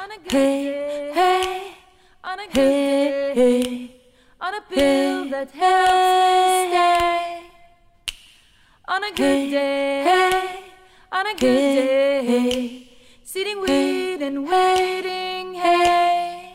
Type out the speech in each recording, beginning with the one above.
Hey, hey, hey, hey, on a pill that helps me stay. On a good day, hey, on a good day, sitting with and waiting, hey.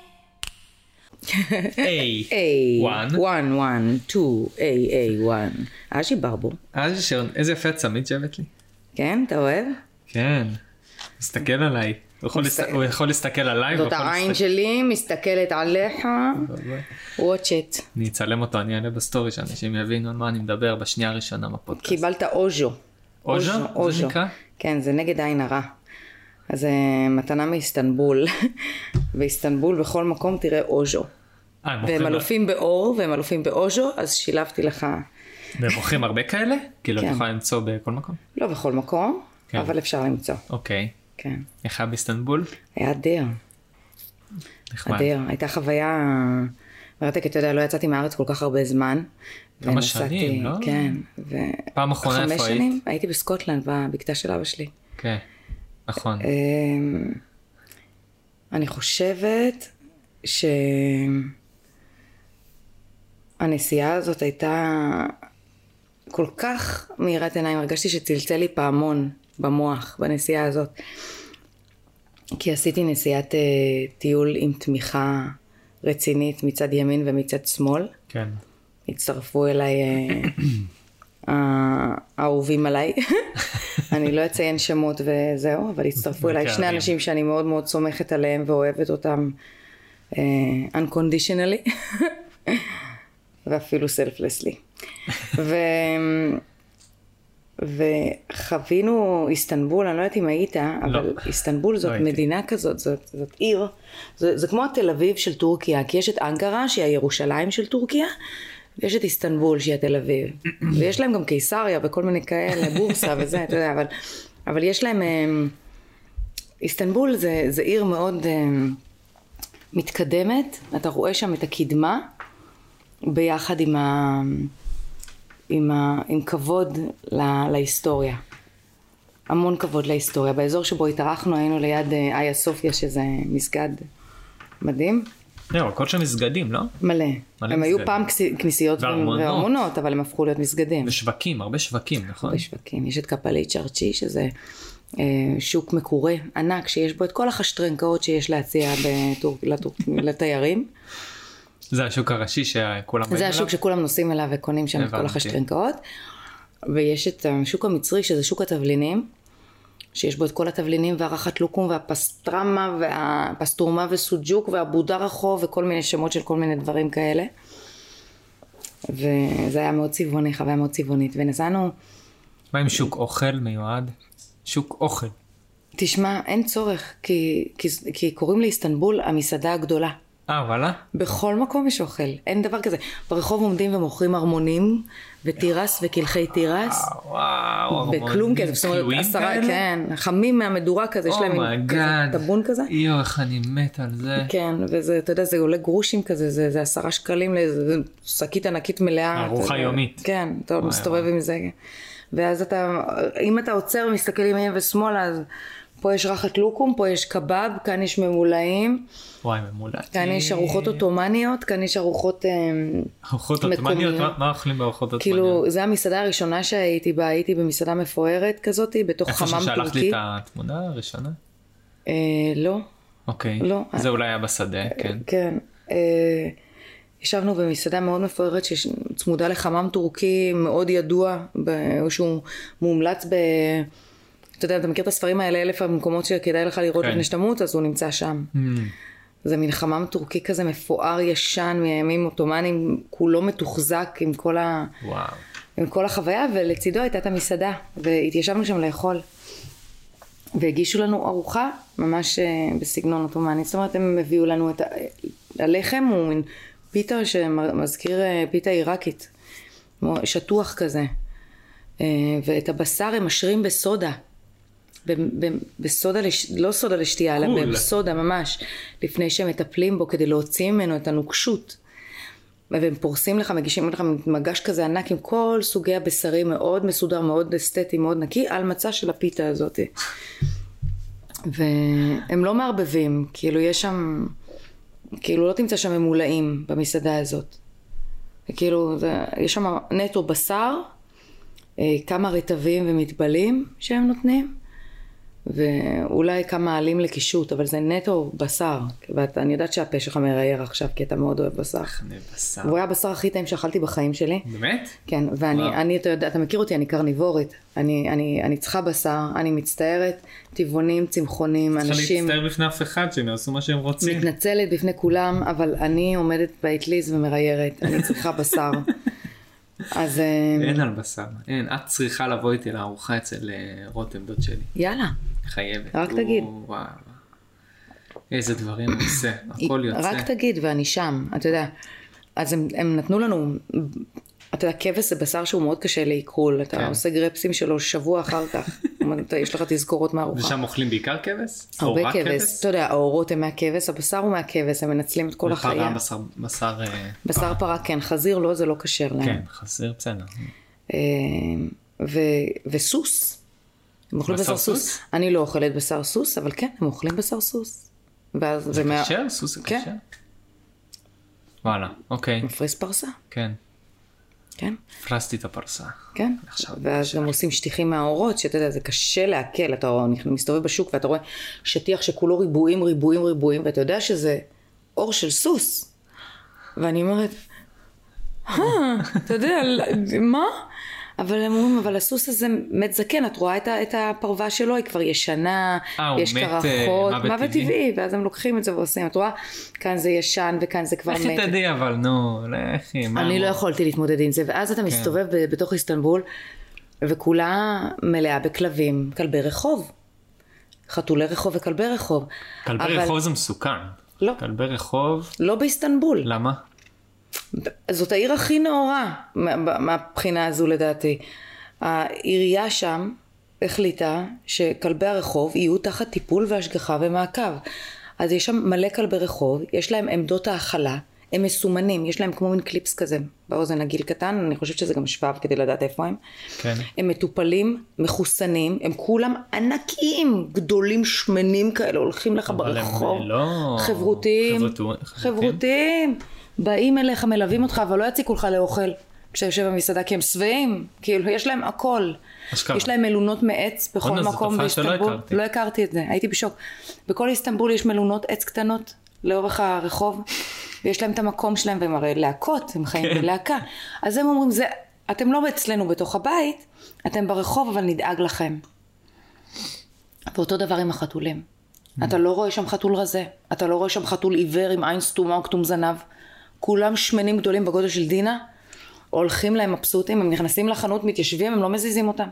A, 1, 2, A, 1. אשי ברבו. אשי שרון, איזה יפה צמיד שהבאת לי. כן, אתה אוהב? כן, מסתכל עליי. הוא יכול להסתכל עליי. זאת העין שלי, מסתכלת עליך. watch it. אני אצלם אותו, אני אעלה בסטורי שאנשים יבינו על מה אני מדבר בשנייה הראשונה בפודקאסט. קיבלת אוז'ו. אוז'ו? זה נקרא? כן, זה נגד עין הרע. אז זה מתנה מאיסטנבול. באיסטנבול בכל מקום תראה אוז'ו. והם אלופים באור והם אלופים באוז'ו, אז שילבתי לך. והם מוכרים הרבה כאלה? כאילו אתה יכול למצוא בכל מקום? לא בכל מקום, אבל אפשר למצוא. אוקיי. כן. איך היה באיסטנבול? היה אדיר. אדיר. הייתה חוויה מרתקת, אתה יודע, לא יצאתי מהארץ כל כך הרבה זמן. כמה שנים, לא? כן. פעם אחרונה איפה היית? 5 שנים הייתי בסקוטלנד, בבקתה של אבא שלי. כן, נכון. אני חושבת שהנסיעה הזאת הייתה כל כך מהירת עיניים, הרגשתי שצלצל לי פעמון במוח בנסיעה הזאת, כי עשיתי נסיעת טיול עם תמיכה רצינית מצד ימין ומצד שמאל. כן. הצטרפו אליי האהובים עליי, אני לא אציין שמות וזהו, אבל הצטרפו אליי שני אנשים שאני מאוד מאוד סומכת עליהם ואוהבת אותם unconditionally ואפילו selflessly. וחווינו איסטנבול, אני לא יודעת אם היית, אבל איסטנבול זאת מדינה כזאת, זאת עיר, זה כמו תל אביב של טורקיה, כי יש את אנקרה שהיא הירושלים של טורקיה, ויש את איסטנבול שהיא התל אביב, ויש להם גם קיסריה וכל מיני כאלה, בורסה וזה, אתה יודע, אבל יש להם, איסטנבול זה עיר מאוד מתקדמת, אתה רואה שם את הקדמה, ביחד עם כבוד להיסטוריה. המון כבוד להיסטוריה. באזור שבו התארחנו היינו ליד איה סופיה, שזה מסגד מדהים. לא, הכל שם מסגדים, לא? מלא. הם היו פעם כנסיות וארמונות, אבל הם הפכו להיות מסגדים. ושווקים, הרבה שווקים, נכון? הרבה שווקים. יש את קפלי צ'רצ'י, שזה שוק מקורה ענק, שיש בו את כל החשטרנקאות שיש להציע לתיירים. זה השוק הראשי שכולם באים אליו? זה השוק שכולם נוסעים אליו וקונים שם את כל החשטרנקאות. ויש את השוק המצרי, שזה שוק התבלינים, שיש בו את כל התבלינים והרחת לוקום והפסטרמה והפסטורמה וסוג'וק והבודה רחוב וכל מיני שמות של כל מיני דברים כאלה. וזה היה מאוד צבעוני, חוויה מאוד צבעונית. ונסענו... מה עם שוק אוכל מיועד? שוק אוכל. תשמע, אין צורך, כי קוראים לאיסטנבול המסעדה הגדולה. וואלה? בכל מקום יש אוכל, אין דבר כזה. ברחוב עומדים ומוכרים ארמונים וטירס וקלחי טירס. וואו, בכלום כזה, זאת אומרת, 10, כן, חמים מהמדורה כזה, יש להם טבון כזה. יו, איך אני מת על זה. כן, וזה, אתה יודע, זה עולה גרושים כזה, זה 10 שקלים לאיזה שקית ענקית מלאה. ארוחה יומית. כן, אתה מסתובב עם זה. ואז אתה, אם אתה עוצר ומסתכל ימין ושמאל, אז פה יש רחת לוקום, פה יש קבב, כאן יש ממולאים. וואי, ממולאים. כאן יש ארוחות אוטומניות, כאן יש ארוחות אוטומניות? מה אוכלים בארוחות אוטומניות? כאילו, זה המסעדה הראשונה שהייתי בה, הייתי במסעדה מפוארת כזאת, בתוך חמם טורקי. איפה ששלחת לי את התמונה הראשונה? לא. אוקיי. זה אולי היה בשדה, כן. כן. ישבנו במסעדה מאוד מפוארת שצמודה לחמם טורקי מאוד ידוע, שהוא מומלץ אתה יודע, אתה מכיר את הספרים האלה, 1000 המקומות שכדאי לך לראות לפני שתמות, אז הוא נמצא שם. זה מין חמם טורקי כזה מפואר ישן מימים אוטומניים, כולו מתוחזק עם כל החוויה, ולצידו הייתה את המסעדה, והתיישבנו שם לאכול. והגישו לנו ארוחה, ממש בסגנון אוטומני. זאת אומרת, הם הביאו לנו את הלחם, הוא מין פיתה שמזכיר פיתה עיראקית, שטוח כזה. ואת הבשר הם משרים בסודה. בסודה, לא סודה לשתייה, אלא בסודה ממש, לפני שהם מטפלים בו כדי להוציא ממנו את הנוקשות. והם פורסים לך, מגישים לך מגש כזה ענק עם כל סוגי הבשרים, מאוד מסודר, מאוד אסתטי, מאוד נקי, על מצע של הפיתה הזאת. והם לא מערבבים, כאילו יש שם, כאילו לא תמצא שם ממולאים במסעדה הזאת. וכאילו יש שם נטו בשר, כמה רטבים ומטבלים שהם נותנים, ואולי כמה עלים לקישוט, אבל זה נטו בשר. ואני יודעת שהפה שלך מרייר עכשיו, כי אתה מאוד אוהב בשר. בשר. והוא היה הבשר הכי טעים שאכלתי בחיים שלי. באמת? כן, ואני, אתה יודע, אתה מכיר אותי, אני קרניבורית. אני צריכה בשר, אני מצטערת, טבעונים, צמחונים, אנשים... צריכה להצטער בפני אף אחד, שהם יעשו מה שהם רוצים. מתנצלת בפני כולם, אבל אני עומדת באטליז ומריירת, אני צריכה בשר. אז... אין על בשר, אין. את צריכה לבוא איתי לארוחה אצל רותם דוד שלי. יאללה. חייבת. רק תגיד. וואו. איזה דברים הוא עושה, הכל יוצא. רק תגיד ואני שם, אתה יודע. אז הם נתנו לנו, אתה יודע, כבש זה בשר שהוא מאוד קשה לעיכול, אתה עושה גרפסים שלו שבוע אחר כך, יש לך תזכורות מהארוחה. ושם אוכלים בעיקר כבש? הרבה כבש, אתה יודע, האורות הם מהכבש, הבשר הוא מהכבש, הם מנצלים את כל החיה. ופרה, בשר פרה, כן, חזיר לא, זה לא כשר להם. כן, חזיר בסדר. וסוס. הם אוכלים בשר סוס. אני לא אוכלת בשר סוס, אבל כן, הם אוכלים בשר סוס. זה קשר? סוס זה קשר? וואלה, אוקיי. מפריס פרסה. כן. כן. פרסתי את הפרסה. כן. ואז גם עושים שטיחים מהאורות, שאתה יודע, זה קשה לעכל. אתה מסתובב בשוק ואתה רואה שטיח שכולו ריבועים, ואתה יודע שזה אור של סוס. ואני אומרת, אתה יודע, מה? אבל הם אומרים, אבל הסוס הזה מת זקן, את רואה את הפרווה שלו, היא כבר ישנה, יש קרחות, מוות טבעי, ואז הם לוקחים את זה ועושים, את רואה, כאן זה ישן וכאן זה כבר מת. לכי תדעי אבל, נו, לכי, מה? אני לא יכולתי להתמודד עם זה, ואז אתה מסתובב בתוך איסטנבול, וכולה מלאה בכלבים, כלבי רחוב, חתולי רחוב וכלבי רחוב. כלבי רחוב זה מסוכן. לא. כלבי רחוב. לא באיסטנבול. למה? זאת העיר הכי נאורה מהבחינה הזו לדעתי. העירייה שם החליטה שכלבי הרחוב יהיו תחת טיפול והשגחה ומעקב. אז יש שם מלא כלבי רחוב, יש להם עמדות האכלה, הם מסומנים, יש להם כמו מין קליפס כזה באוזן הגיל קטן, אני חושבת שזה גם שבב כדי לדעת איפה הם. כן. הם מטופלים, מחוסנים, הם כולם ענקיים, גדולים, שמנים כאלה, הולכים לך ברחוב. אבל הם לא... חברותיים. באים אליך, מלווים אותך, אבל לא יציקו לך לאוכל כשאתה יושב במסעדה, כי הם שבעים, כאילו יש להם הכל. יש להם מלונות מעץ בכל מקום באיסטנבול. לא הכרתי את זה, הייתי בשוק. בכל איסטנבול יש מלונות עץ קטנות לאורך הרחוב, ויש להם את המקום שלהם, והם הרי להקות, הם חיים בלהקה. אז הם אומרים, אתם לא אצלנו בתוך הבית, אתם ברחוב, אבל נדאג לכם. ואותו דבר עם החתולים. אתה לא רואה שם חתול רזה, אתה לא רואה שם חתול עיוור עם עין סתומה או כתום זנב. כולם שמנים גדולים בגודל של דינה, הולכים להם מבסוטים, הם נכנסים לחנות, מתיישבים, הם לא מזיזים אותם.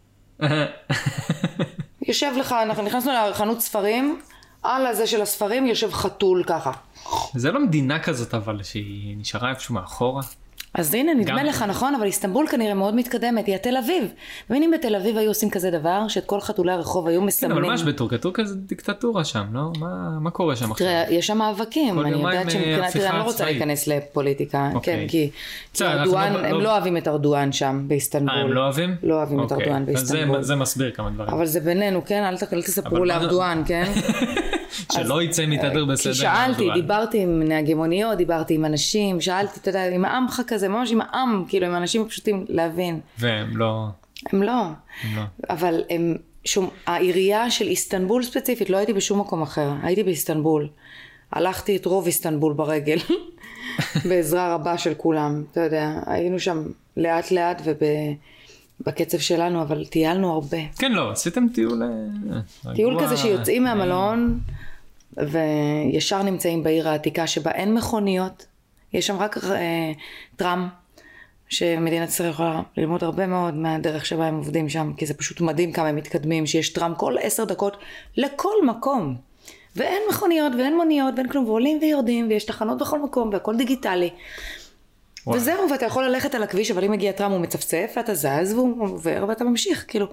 יושב לך, אנחנו נכנסנו לחנות ספרים, על הזה של הספרים יושב חתול ככה. זה לא מדינה כזאת אבל שהיא נשארה איפשהו מאחורה. אז הנה, נדמה לך נכון, אבל איסטנבול כנראה מאוד מתקדמת, היא התל אביב. ואם בתל אביב היו עושים כזה דבר, שאת כל חתולי הרחוב היו מסמנים. כן, אבל ממש בטורקיה זה דיקטטורה שם, לא? מה קורה שם עכשיו? תראה, יש שם מאבקים, אני יודעת שמבחינת, אני לא רוצה להיכנס לפוליטיקה, כן, כי ארדואן, הם לא אוהבים את ארדואן שם באיסטנבול. הם לא אוהבים? לא אוהבים את ארדואן באיסטנבול. זה מסביר כמה דברים. אבל זה בינינו, כן? אל תספרו לארדואן, כן? שלא יצא מתהדר בסדר. כי שאלתי, דיברתי עם נהגי מוניות, דיברתי עם אנשים, שאלתי, אתה יודע, עם העמך כזה, ממש עם העם, כאילו, עם האנשים הפשוטים להבין. והם לא... הם לא. אבל הם, העירייה של איסטנבול ספציפית, לא הייתי בשום מקום אחר, הייתי באיסטנבול. הלכתי את רוב איסטנבול ברגל, בעזרה רבה של כולם, אתה יודע, היינו שם לאט לאט בקצב שלנו, אבל טיילנו הרבה. כן, לא, עשיתם טיול... טיול כזה שיוצאים מהמלון, וישר נמצאים בעיר העתיקה, שבה אין מכוניות, יש שם רק טרם, שמדינת ישראל יכולה ללמוד הרבה מאוד מהדרך שבה הם עובדים שם, כי זה פשוט מדהים כמה הם מתקדמים, שיש טרם כל 10 דקות לכל מקום. ואין מכוניות ואין מוניות ואין כלום, ועולים ויורדים, ויש תחנות בכל מקום, והכל דיגיטלי. וזהו, ואתה יכול ללכת על הכביש, אבל אם מגיע טרם הוא מצפצף, ואתה זז והוא עובר ואתה ממשיך, כאילו.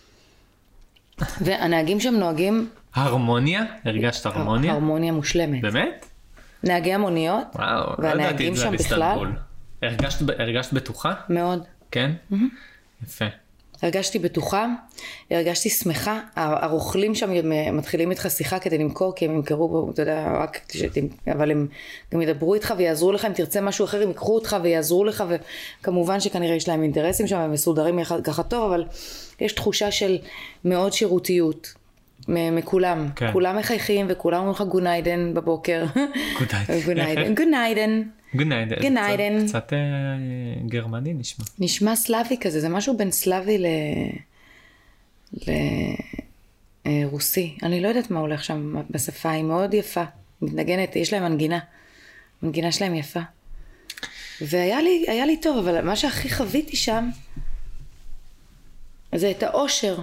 והנהגים שם נוהגים... הרמוניה? הרגשת הרמוניה? הרמוניה מושלמת. באמת? נהגי המוניות, וואו, והנהגים שם בכלל. הרגשת בטוחה? מאוד. כן? יפה. הרגשתי בטוחה, הרגשתי שמחה, הרוכלים שם מתחילים איתך שיחה כדי למכור, כי הם ימכרו, אתה יודע, רק, אבל הם גם ידברו איתך ויעזרו לך, אם תרצה משהו אחר, הם ייקחו אותך ויעזרו לך, וכמובן שכנראה יש להם אינטרסים שם, הם מסודרים ככה טוב, אבל יש תחושה של מאוד שירותיות, מכולם, כן. כולם מחייכים, וכולם אומרים לך גוניידן בבוקר, גוניידן, גוניידן. קצת גרמני נשמע. נשמע סלאבי כזה, זה משהו בין סלאבי לרוסי. אני לא יודעת מה הולך שם בשפה, היא מאוד יפה, מתנגנת, יש להם מנגינה שלהם יפה. והיה לי טוב, אבל מה שהכי חוויתי שם, זה את האושר.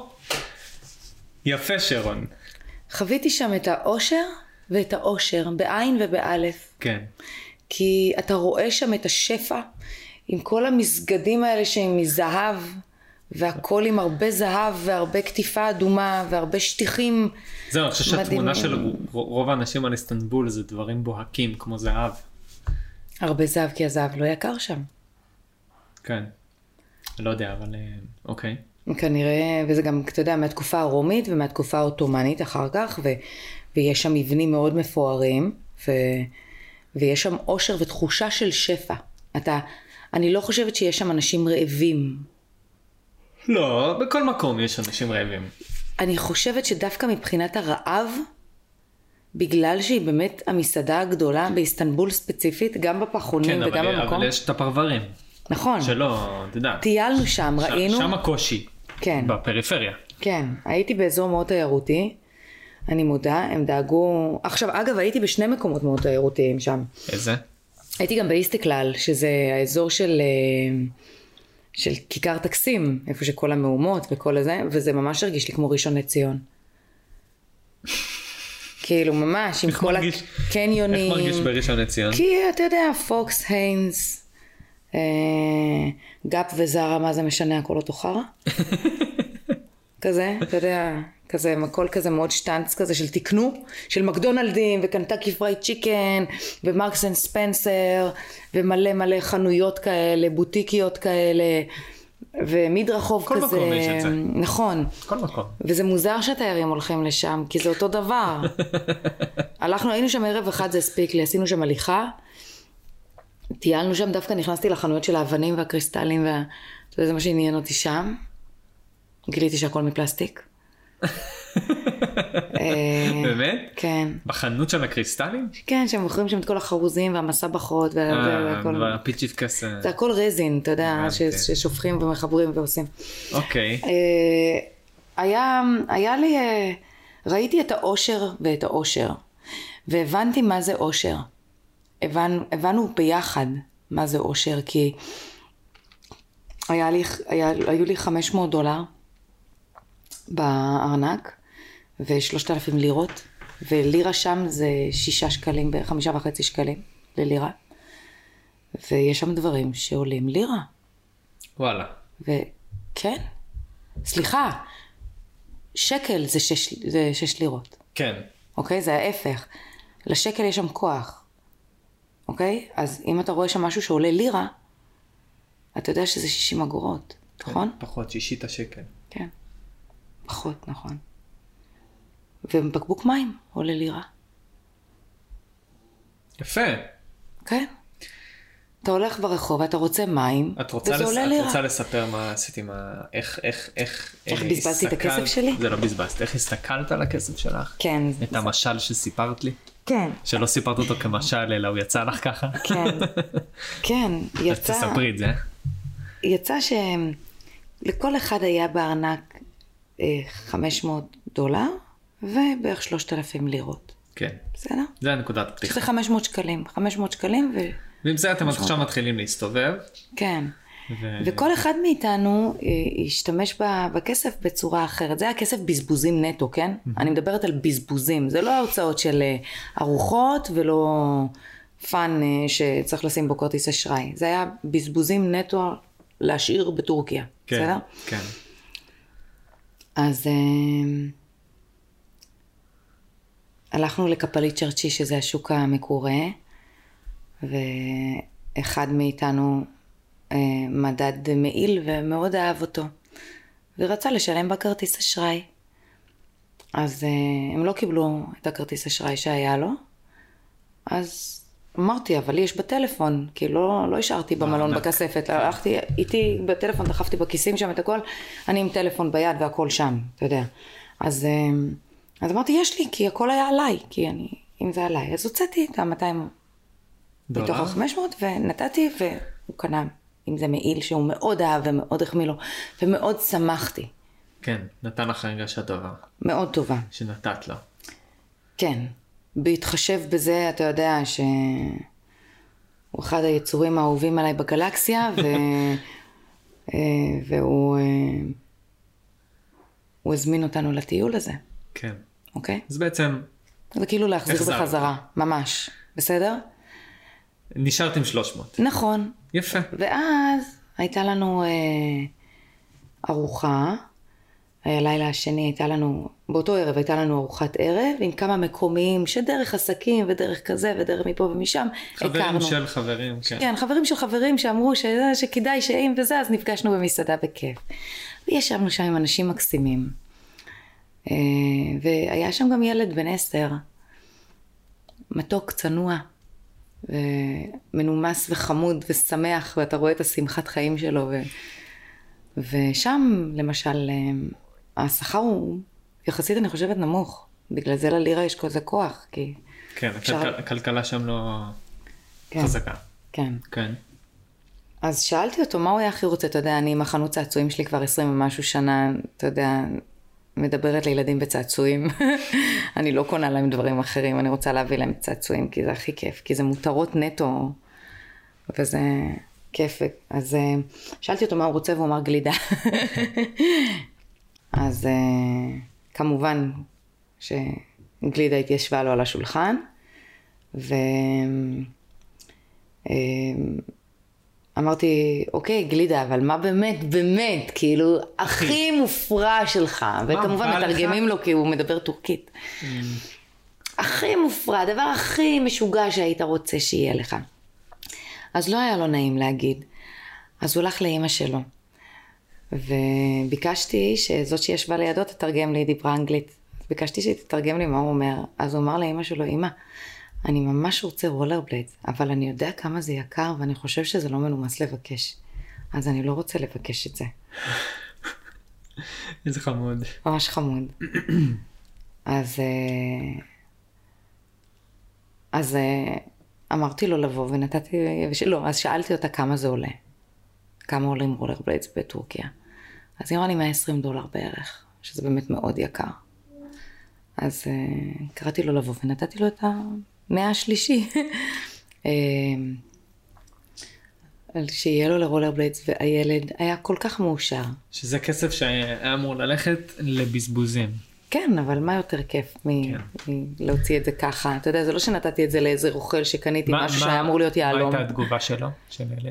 יפה שרון. חוויתי שם את האושר ואת האושר, בעין ובאלף. כן. כי אתה רואה שם את השפע, עם כל המסגדים האלה שהם מזהב, והכל עם הרבה זהב, והרבה כתיפה אדומה, והרבה שטיחים. זהו, אני חושב שהתמונה של רוב האנשים על איסטנבול, זה דברים בוהקים, כמו זהב. הרבה זהב, כי הזהב לא יקר שם. כן. לא יודע, אבל אוקיי. כנראה, וזה גם, אתה יודע, מהתקופה הרומית, ומהתקופה האוטומנית אחר כך, ויש שם מבנים מאוד מפוארים, ויש שם אושר ותחושה של שפע. אני לא חושבת שיש שם אנשים רעבים. לא, בכל מקום יש אנשים רעבים. אני חושבת שדווקא מבחינת הרעב, בגלל שהיא באמת המסעדה הגדולה באיסטנבול ספציפית, גם בפחונים וגם במקום. כן, אבל יש את הפרברים. נכון. שלא, אתה יודע. טיילנו שם, ראינו. שם הקושי. כן. בפריפריה. כן, הייתי באזור מאוד תיירותי. אני מודה, הם דאגו... עכשיו, אגב, הייתי בשני מקומות מאוד תיירותיים שם. איזה? הייתי גם באיסטקלל, שזה האזור של כיכר טקסים, איפה שכל המהומות וכל הזה, וזה ממש הרגיש לי כמו ראשון לציון. כאילו, ממש, עם כל הקניונים. איך מרגיש בראשון לציון? כי, אתה יודע, פוקס, היינס, גאפ וזרה, מה זה משנה, הכל אותו חרא? כזה, אתה יודע... כזה, הכל כזה מאוד שטנץ כזה של תקנו, של מקדונלדים וקנטקי פרייד צ'יקן ומרקס אנד ספנסר ומלא מלא חנויות כאלה, בוטיקיות כאלה ומדרחוב כל כזה. כל מקום יש את זה. נכון. כל מקום. וזה מוזר שהתיירים הולכים לשם, כי זה אותו דבר. היינו שם ערב אחד, זה הספיק לי, עשינו שם הליכה, טיילנו שם, דווקא נכנסתי לחנויות של האבנים והקריסטלים, וזה מה שעניין אותי שם. גיליתי שהכל מפלסטיק. באמת? כן. בחנות של הקריסטלים? כן, שהם מוכרים שם את כל החרוזים והמסבחות והפיצ'יף כסה. זה הכל רזין, אתה יודע, ששופכים ומחברים ועושים. אוקיי. היה לי, ראיתי את האושר ואת האושר, והבנתי מה זה אושר. הבנו ביחד מה זה אושר, כי היו לי $500 בארנק, ו3,000 לירות, ולירה שם זה 6 שקלים, 5.5 שקלים ללירה. ויש שם דברים שעולים לירה. וואלה. וכן, סליחה, שקל זה 6 לירות. כן. אוקיי? זה ההפך. לשקל יש שם כוח. אוקיי? אז אם אתה רואה שם משהו שעולה לירה, אתה יודע שזה 60 אגורות, נכון? פחות, 60 השקל. כן. פחות, נכון. ובקבוק מים עולה לירה. יפה. כן. אתה הולך ברחוב ואתה רוצה מים, וזה עולה לירה. את רוצה לספר מה עשיתי, איך בזבזתי את הכסף שלי? זה לא בזבזת. איך הסתכלת על הכסף שלך? כן. את המשל שסיפרת לי? כן. שלא סיפרת אותו כמשל, אלא הוא יצא לך ככה? כן. כן, יצא... אז תספרי את זה. יצא שלכל אחד היה בארנק $500, ובערך 3,000 לירות. כן. בסדר? זה הנקודת פתיחה. שזה 500 שקלים. 500 שקלים ועם זה אתם עכשיו מתחילים להסתובב. כן. וכל אחד מאיתנו ישתמש בכסף בצורה אחרת. זה היה כסף בזבוזים נטו, כן? אני מדברת על בזבוזים. זה לא ההוצאות של ארוחות ולא פאן שצריך לשים בו כרטיס אשראי. זה היה בזבוזים נטו להשאיר בטורקיה. כן, בסדר? כן. אז הלכנו לקפלית צ'רצ'י, שזה השוק המקורה, ואחד מאיתנו מדד מעיל ומאוד אהב אותו. ורצה לשלם בכרטיס אשראי. אז הם לא קיבלו את הכרטיס אשראי שהיה לו, אז אמרתי, אבל יש בטלפון, כי לא השארתי במלון בכספת, הלכתי איתי בטלפון, דחפתי בכיסים שם את הכל, אני עם טלפון ביד והכל שם, אתה יודע. אז אמרתי, יש לי, כי הכל היה עליי, כי אם זה עליי, אז הוצאתי את ה-200 מתוך ה-500 ונתתי, והוא קנה, אם זה מעיל שהוא מאוד אהב ומאוד החמיא לו, ומאוד שמחתי. כן, נתן לך הרגשה טובה. מאוד טובה. שנתת לו. כן. בהתחשב בזה, אתה יודע שהוא אחד היצורים האהובים עליי בגלקסיה, והוא הזמין אותנו לטיול הזה. כן. אוקיי? אז בעצם... זה כאילו להחזיר בחזרה, ממש. בסדר? נשארת עם 300. נכון. יפה. ואז הייתה לנו ארוחה, הלילה השני הייתה לנו, באותו ערב הייתה לנו ארוחת ערב, עם כמה מקומיים שדרך עסקים ודרך כזה ודרך מפה ומשם, חברים הכרנו. של חברים, כן. כן, חברים של חברים שאמרו שכדאי שאם וזה, אז נפגשנו במסעדה בכיף. וישבנו שם עם אנשים מקסימים. והיה שם גם ילד בן 10, מתוק, צנוע, ומנומס וחמוד ושמח, ואתה רואה את השמחת חיים שלו. ושם, למשל, השכר הוא יחסית, אני חושבת, נמוך. בגלל זה ללירה יש כזה כוח, כי... כן, הכלכלה שם לא חזקה. כן. כן. אז שאלתי אותו, מה הוא היה הכי רוצה? אתה יודע, אני עם החנות צעצועים שלי כבר 20 ומשהו שנה, אתה יודע, מדברת לילדים בצעצועים. אני לא קונה להם דברים אחרים, אני רוצה להביא להם צעצועים, כי זה הכי כיף, כי זה מותרות נטו, וזה כיף. אז שאלתי אותו מה הוא רוצה, והוא אמר גלידה. אז כמובן שגלידה התיישבה לו על השולחן, אמרתי, אוקיי, גלידה, אבל מה באמת, כאילו, הכי מופרע שלך, וכמובן מתרגמים לו כי הוא מדבר טורקית. הכי מופרע, הדבר הכי משוגע שהיית רוצה שיהיה לך. אז לא היה לו נעים להגיד. אז הוא הלך לאמא שלו. וביקשתי שזאת שישבה לידו תתרגם לי, דיברה אנגלית. ביקשתי שהיא תתרגם לי מה הוא אומר. אז הוא אמר לאמא שלו, אמא, אני ממש רוצה רולר בליידס, אבל אני יודע כמה זה יקר, ואני חושב שזה לא מנומס לבקש. אז אני לא רוצה לבקש את זה. איזה חמוד. ממש חמוד. אז אמרתי לו לבוא, ונתתי, לא, אז שאלתי אותה כמה זה עולה. כמה עולים רולר בליידס בטורקיה. אז היא אמרה לי $120 בערך, שזה באמת מאוד יקר. אז קראתי לו לבוא, ונתתי לו את המאה השלישי. שיהיה לו לרולר בליידס, והילד היה כל כך מאושר. שזה כסף שהיה אמור ללכת לבזבוזים. כן, אבל מה יותר כיף מלהוציא את זה ככה? אתה יודע, זה לא שנתתי את זה לאיזה רוכל שקניתי משהו שהיה אמור להיות יעלום. מה הייתה התגובה שלו, של ילד?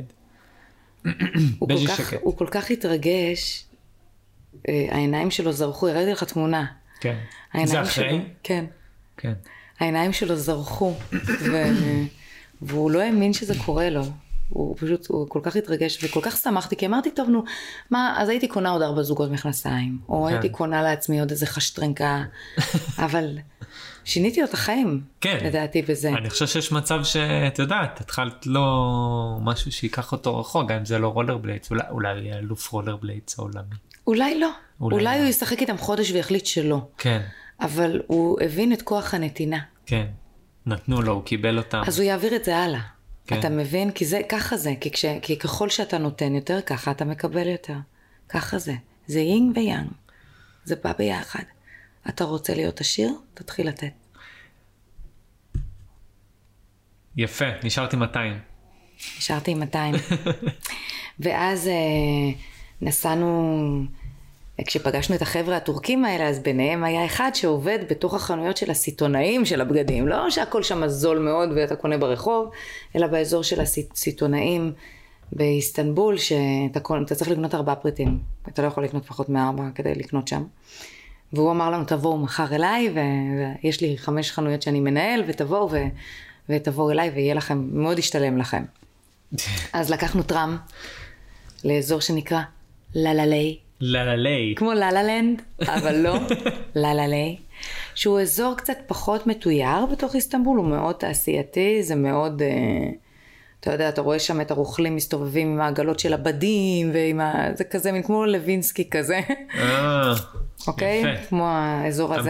הוא כל כך התרגש, העיניים שלו זרחו, הראיתי לך תמונה. כן. זה אחרי? כן. כן. העיניים שלו זרחו, והוא לא האמין שזה קורה לו. הוא כל כך התרגש, וכל כך שמחתי, כי אמרתי, טוב, נו, מה, אז הייתי קונה עוד 4 זוגות מכנסיים, או הייתי קונה לעצמי עוד איזה חשטרנקה, אבל שיניתי לו את החיים, לדעתי בזה. אני חושב שיש מצב שאת יודעת, התחלת לו משהו שיקח אותו רחוק, גם אם זה לא רולר בליידס, אולי יהיה אלוף רולר בליידס העולמי. אולי לא. אולי הוא ישחק איתם חודש ויחליט שלא. כן. אבל הוא הבין את כוח הנתינה. כן. נתנו לו, הוא קיבל אותם. אז הוא יעביר את זה הלאה. כן. אתה מבין? כי זה, ככה זה. כי ככל שאתה נותן יותר, ככה אתה מקבל יותר. ככה זה. זה יינג ויאנג. זה בא ביחד. אתה רוצה להיות עשיר? תתחיל לתת. יפה. נשארתי 200. נשארתי 200. ואז נסענו, כשפגשנו את החבר'ה הטורקים האלה, אז ביניהם היה אחד שעובד בתוך החנויות של הסיטונאים של הבגדים. לא שהכל שם זול מאוד ואתה קונה ברחוב, אלא באזור של הסיטונאים באיסטנבול, שאתה צריך לקנות 4 פריטים. אתה לא יכול לקנות פחות מ4 כדי לקנות שם. והוא אמר לנו, תבואו מחר אליי, ויש לי 5 חנויות שאני מנהל, ותבואו אליי, ויהיה לכם, מאוד ישתלם לכם. אז לקחנו טרם לאזור שנקרא לללי, לללי. כמו ללה-לנד, אבל לא ללה-לי, שהוא אזור קצת פחות מתויר בתוך איסטנבול, הוא מאוד תעשייתי, זה מאוד, אתה יודע, אתה רואה שם את הרוכלים מסתובבים עם העגלות של הבדים, זה כזה, מין כמו לוינסקי כזה. אוקיי? יפה. כמו האזור הזה.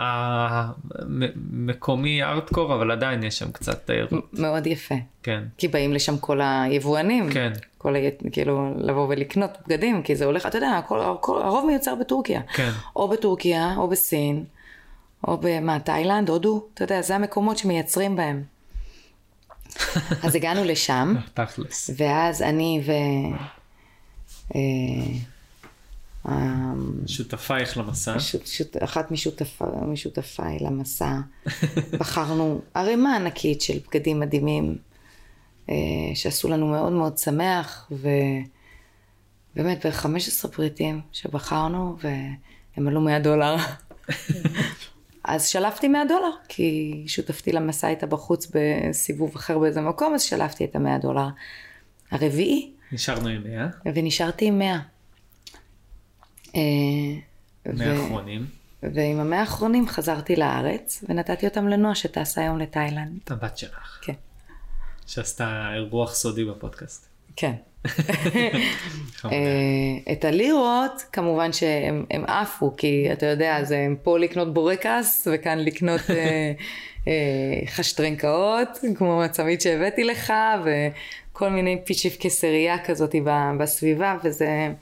מקומי ארטקור, אבל עדיין יש שם קצת תיירות. מאוד יפה. כן. כי באים לשם כל היבואנים. כן. כאילו לבוא ולקנות בגדים, כי זה הולך, אתה יודע, הרוב מיוצר בטורקיה. כן. או בטורקיה, או בסין, או תאילנד, הודו, אתה יודע, זה המקומות שמייצרים בהם. אז הגענו לשם. תכלס. ואז אני שותפייך למסע. אחת משותפיי למסע, בחרנו ערימה ענקית של בגדים מדהימים, שעשו לנו מאוד מאוד שמח, ובאמת ב-15 פריטים שבחרנו, והם עלו $100. אז שלפתי $100, כי שותפתי למסע הייתה בחוץ בסיבוב אחר באיזה מקום, אז שלפתי את $100 הרביעי. נשארנו עם 100. ונשארתי עם 100. 100 האחרונים. ועם 100 האחרונים חזרתי לארץ, ונתתי אותם לנועה שטסה היום לתאילנד. את הבת שלך. כן. שעשתה אירוח סודי בפודקאסט. כן. את הלירות, כמובן שהם עפו, כי אתה יודע, זה פה לקנות בורקס, וכאן לקנות חשטרנקאות, כמו הצמיד שהבאתי לך, וכל מיני פיצ'יף קסריה כזאת בסביבה, וזה...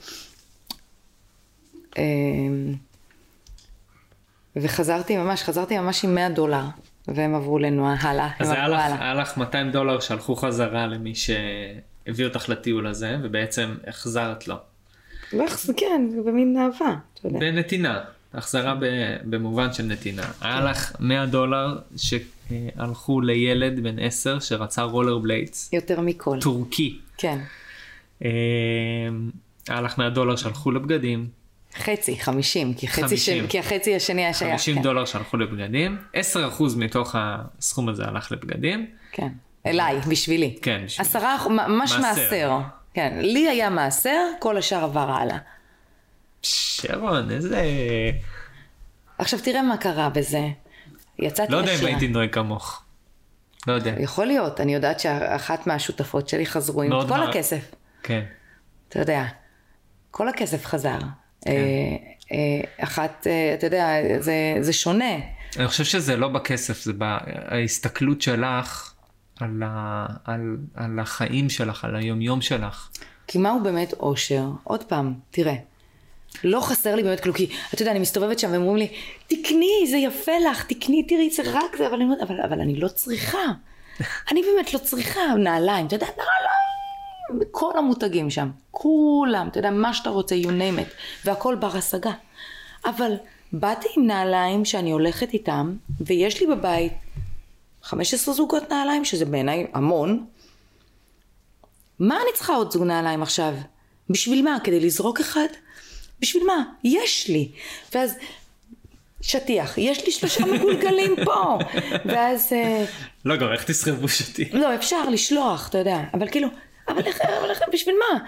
וחזרתי ממש עם $100, והם עברו לנועה הלאה. אז היה לך $200 שהלכו חזרה למי שהביא אותך לטיול הזה, ובעצם החזרת לו. כן, במין אהבה, אתה יודע. בנתינה, החזרה במובן של נתינה. היה לך $100 שהלכו לילד בן 10 שרצה רולר בליידס. יותר מכל. טורקי. כן. היה לך $100 שהלכו לבגדים. חצי, 50, כי החצי השני היה שייך. $50 שהלכו לבגדים, 10% מתוך הסכום הזה הלך לבגדים. כן, אליי, בשבילי. כן, בשבילי. 10%, ממש מעשר. כן, לי היה מעשר, כל השאר עבר הלאה. שרון, איזה... עכשיו תראה מה קרה בזה. יצאתי לא יודע אם הייתי נוהג כמוך. לא יודע. יכול להיות, אני יודעת שאחת מהשותפות שלי חזרו עם כל הכסף. כן. אתה יודע, כל הכסף חזר. אחת, אתה יודע, זה שונה. אני חושב שזה לא בכסף, זה בהסתכלות שלך על החיים שלך, על היומיום שלך. כי מהו באמת אושר? עוד פעם, תראה, לא חסר לי באמת כלום, כי אתה יודע, אני מסתובבת שם והם אומרים לי, תקני, זה יפה לך, תקני, תראי, זה רק זה, אבל אני לא צריכה. אני באמת לא צריכה נעליים, אתה יודע, נעליים, כל המותגים שם, כולם, אתה יודע, מה שאתה רוצה, you name it, והכל בר השגה. אבל באתי עם נעליים שאני הולכת איתם, ויש לי בבית 15 זוגות נעליים, שזה בעיניי המון. מה אני צריכה עוד זוג נעליים עכשיו? בשביל מה? כדי לזרוק אחד? בשביל מה? יש לי. ואז שטיח, יש לי 3 מגולגלים פה. ואז... לא, גם איך תסחבו שטיח? לא, אפשר לשלוח, אתה יודע. אבל כאילו, אבל בשביל מה?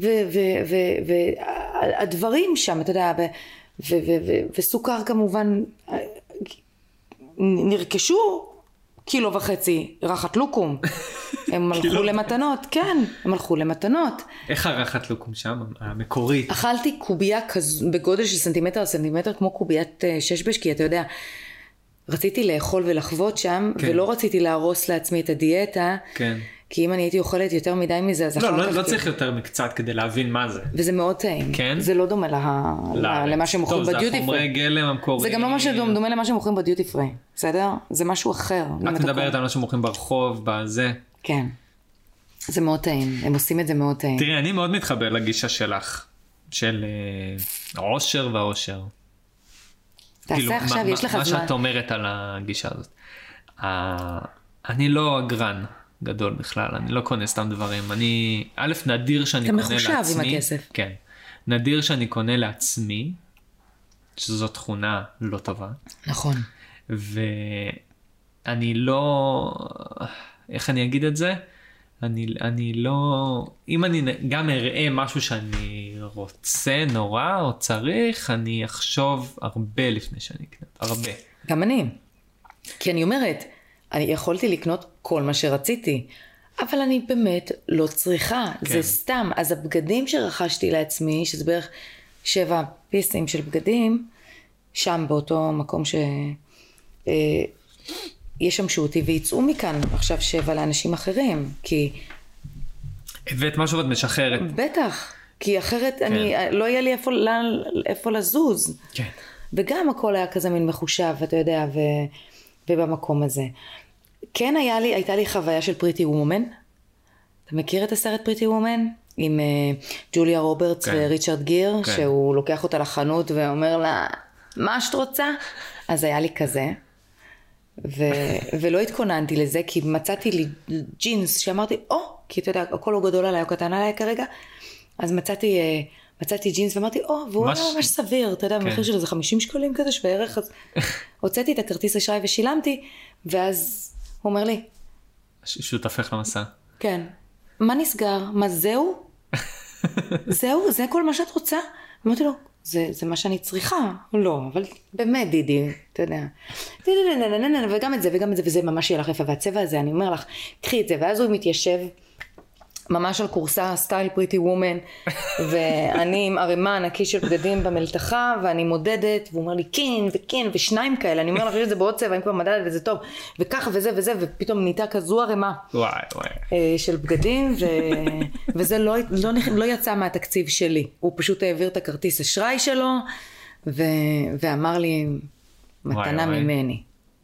והדברים שם, אתה יודע, וסוכר כמובן, נרכשו 1.5 קילו רחת לוקום. הם הלכו למתנות, כן, הם הלכו למתנות. איך הרחת לוקום שם, המקורית? אכלתי קובייה בגודל של סנטימטר על סנטימטר, כמו קוביית ששבש, כי אתה יודע, רציתי לאכול ולחוות שם, כן. ולא רציתי להרוס לעצמי את הדיאטה, כן. כי אם אני הייתי אוכלת יותר מדי מזה, אז אחר כך... לא צריך יותר מקצת כדי להבין מה זה. וזה מאוד טעים. כן? זה לא דומה למה שמוכרים בדיוטי פרי. טוב, זה החומרי גלם המקוריים. זה גם לא משהו דומה למה שמוכרים בדיוטי פרי, בסדר? זה משהו אחר. את מדברת על מה שמוכרים ברחוב, בזה. כן. זה מאוד טעים. הם עושים את זה מאוד טעים. תראי, אני מאוד מתחבר לגישה שלך, של עושר ועושר. תעשה עכשיו, יש לך זמן. מה שאת אומרת על הגישה הזאת. אני לא אגרן גדול בכלל, אני לא קונה סתם דברים. נדיר שאני קונה לעצמי. אתה מחושב עם הכסף. כן. נדיר שאני קונה לעצמי, שזו תכונה לא טובה. נכון. ואני לא, איך אני אגיד את זה? אני לא, אם אני גם אראה משהו שאני רוצה נורא או צריך, אני אחשוב הרבה לפני שאני אקנה, הרבה. גם אני. כי אני אומרת, אני יכולתי לקנות כל מה שרציתי, אבל אני באמת לא צריכה, כן. זה סתם. אז הבגדים שרכשתי לעצמי, שזה בערך 7 פיסים של בגדים, שם באותו מקום יש שם שוטי, ויצאו מכאן עכשיו 7 לאנשים אחרים, כי... הבאת משהו ואת משחררת. בטח, כי אחרת לא יהיה לי איפה לזוז. כן. וגם הכל היה כזה מין מחושב, אתה יודע, ובמקום הזה. כן הייתה לי חוויה של פריטי וומן. אתה מכיר את הסרט פריטי וומן? עם ג'וליה רוברטס כן. וריצ'רד גיר, כן. שהוא לוקח אותה לחנות ואומר לה, מה שאת רוצה? אז היה לי כזה. ולא התכוננתי לזה, כי מצאתי לי ג'ינס שאמרתי, כי אתה יודע, הכל הוא גדול עליי, הוא קטן עליי כרגע, אז מצאתי ג'ינס ואמרתי, והוא היה ממש סביר, אתה יודע, במחיר שלו זה 50 שקלים כזה שווה ערך, אז הוצאתי את הכרטיס אשראי ושילמתי, ואז הוא אומר לי, שותפך למסע. כן, מה נסגר? מה זהו? זהו? זה כל מה שאת רוצה? אמרתי לו, זה מה שאני צריכה. לא, אבל באמת דידי, אתה יודע. וגם את זה, וזה ממש יהיה לך יפה, והצבע הזה, אני אומר לך, קחי את זה, ואז הוא מתיישב ממש על קורסה סטייל פריטי וומן, ואני עם ערימה ענקי של בגדים במלתחה, ואני מודדת, והוא אומר לי כן, ושניים כאלה, אני אומר לך, יש את זה בעוד צבע, אם כבר מדדת וזה טוב, וככה וזה, ופתאום נהייתה כזו ערימה של בגדים, וזה לא יצא מהתקציב שלי, הוא פשוט העביר את הכרטיס אשראי שלו, ואמר לי, מתנה ממני.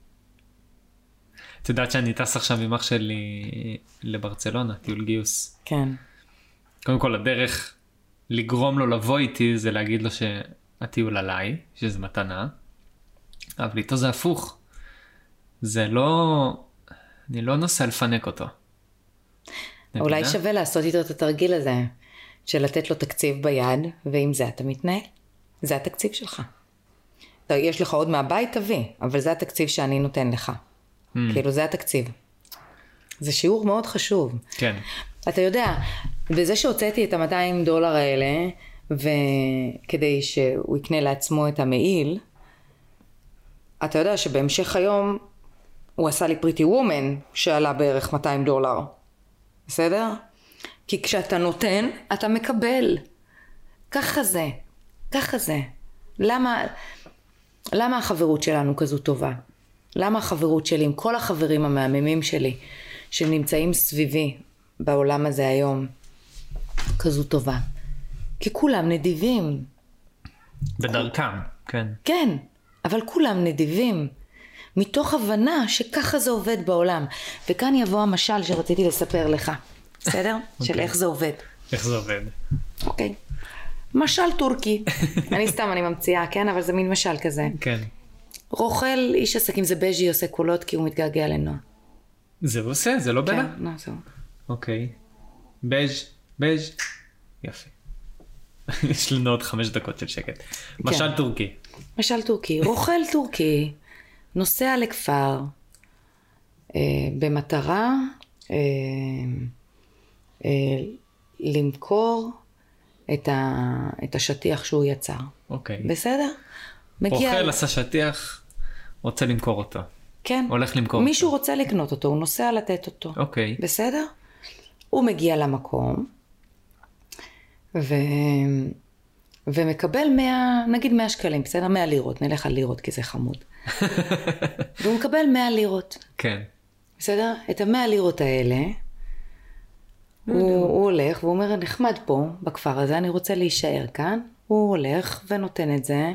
את יודעת שאני טס עכשיו עם אח שלי לברצלונה, טיול גיוס. כן. קודם כל, הדרך לגרום לו לבוא איתי זה להגיד לו שהטיול עליי, שזה מתנה, אבל איתו זה הפוך. זה לא... אני לא נוסע לפנק אותו. אולי שווה לעשות איתו את התרגיל הזה, של לתת לו תקציב ביד, ועם זה אתה מתנהל. זה התקציב שלך. יש לך עוד מהבית, תביא, אבל זה התקציב שאני נותן לך. כאילו זה התקציב. זה שיעור מאוד חשוב. כן. אתה יודע, בזה שהוצאתי את $200 האלה, וכדי שהוא יקנה לעצמו את המעיל, אתה יודע שבהמשך היום הוא עשה לי פריטי וומן שעלה בערך $200. בסדר? כי כשאתה נותן, אתה מקבל. ככה זה. ככה זה. למה החברות שלנו כזו טובה? למה החברות שלי עם כל החברים המהממים שלי שנמצאים סביבי בעולם הזה היום כזו טובה? כי כולם נדיבים. בדרכם, כן. כן, אבל כולם נדיבים. מתוך הבנה שככה זה עובד בעולם. וכאן יבוא המשל שרציתי לספר לך. בסדר? של איך זה עובד. איך זה עובד. אוקיי. משל טורקי. אני ממציאה, כן? אבל זה מין משל כזה. כן. רוכל איש עסקים, זה בז'י עושה קולות כי הוא מתגעגע לנועה. זה הוא עושה? זה לא בנה? כן, לא, זהו. אוקיי. בז' יפה. יש לנו עוד 5 דקות של שקט. משל טורקי. משל טורקי. רוכל טורקי נוסע לכפר במטרה למכור את השטיח שהוא יצר. אוקיי. בסדר? רוכל עשה שטיח, רוצה למכור אותו. כן. הולך למכור אותו. מישהו רוצה לקנות אותו, הוא נוסע לתת אותו. אוקיי. בסדר? הוא מגיע למקום, ומקבל 100 שקלים, בסדר? 100 לירות, נלך על לירות כי זה חמוד. והוא מקבל 100 לירות. כן. בסדר? את 100 לירות האלה, הוא הולך והוא אומר, נחמד פה, בכפר הזה, אני רוצה להישאר כאן. הוא הולך ונותן את זה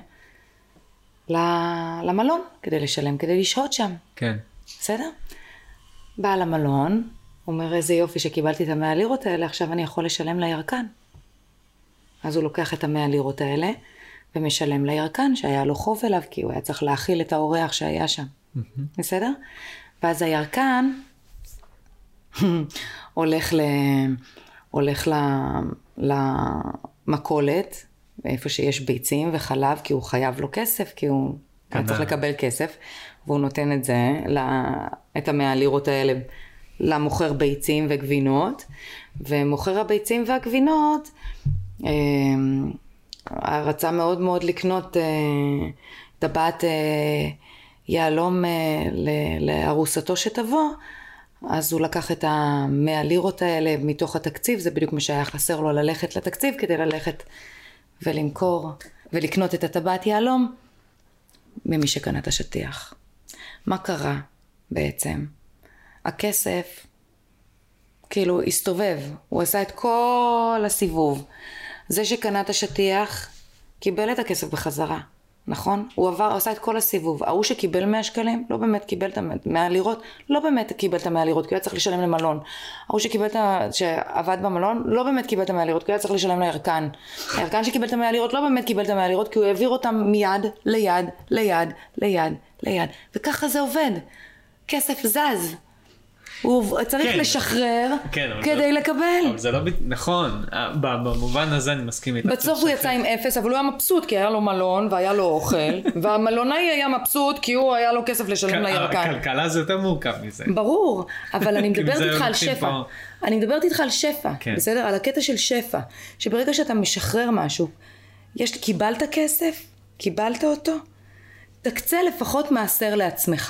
למלון, כדי לשלם, כדי לשהות שם. כן. בסדר? בא למלון, אומר, איזה יופי שקיבלתי את 100 לירות האלה, עכשיו אני יכול לשלם לירקן. אז הוא לוקח את 100 לירות האלה, ומשלם לירקן שהיה לו חוב אליו, כי הוא היה צריך להאכיל את האורח שהיה שם. בסדר? ואז הירקן הולך למכולת, איפה שיש ביצים וחלב, כי הוא חייב לו כסף, כי הוא היה צריך לקבל כסף, והוא נותן את זה, את 100 לירות האלה, למוכר ביצים וגבינות, ומוכר הביצים והגבינות רצה מאוד מאוד לקנות טבעת יהלום לארוסתו שתבוא, אז הוא לקח את 100 לירות האלה מתוך התקציב, זה בדיוק מה שהיה חסר לו, ללכת לתקציב כדי ללכת ולמכור ולקנות את הטבעת יהלום ממי שקנה את השטיח. מה קרה בעצם? הכסף כאילו הסתובב, הוא עשה את כל הסיבוב. זה שקנה את השטיח קיבל את הכסף בחזרה, נכון? הוא עשה את כל הסיבוב. ההוא שקיבל 100 שקלים, לא באמת קיבל את 100 לירות, לא באמת קיבל את 100 לירות, כי הוא היה צריך לשלם למלון. ההוא שעבד במלון, לא באמת קיבל את 100 לירות, כי הוא היה צריך לשלם לירקן. הירקן שקיבל את 100 לירות, לא באמת קיבל את 100 לירות, כי הוא העביר אותם מיד ליד, ליד, ליד, ליד. וככה זה עובד. כסף זז. הוא צריך לשחרר כדי לקבל. אבל זה לא נכון, במובן הזה אני מסכים איתך. בסוף הוא יצא עם 0, אבל הוא היה מבסוט כי היה לו מלון והיה לו אוכל, והמלונאי היה מבסוט כי הוא היה לו כסף לשלם לירקן. הכלכלה זה יותר מורכב מזה. ברור, אבל אני מדברת איתך על שפע. אני מדברת איתך על שפע, בסדר? על הקטע של שפע, שברגע שאתה משחרר משהו, קיבלת כסף, קיבלת אותו, תקצה לפחות מעשר לעצמך.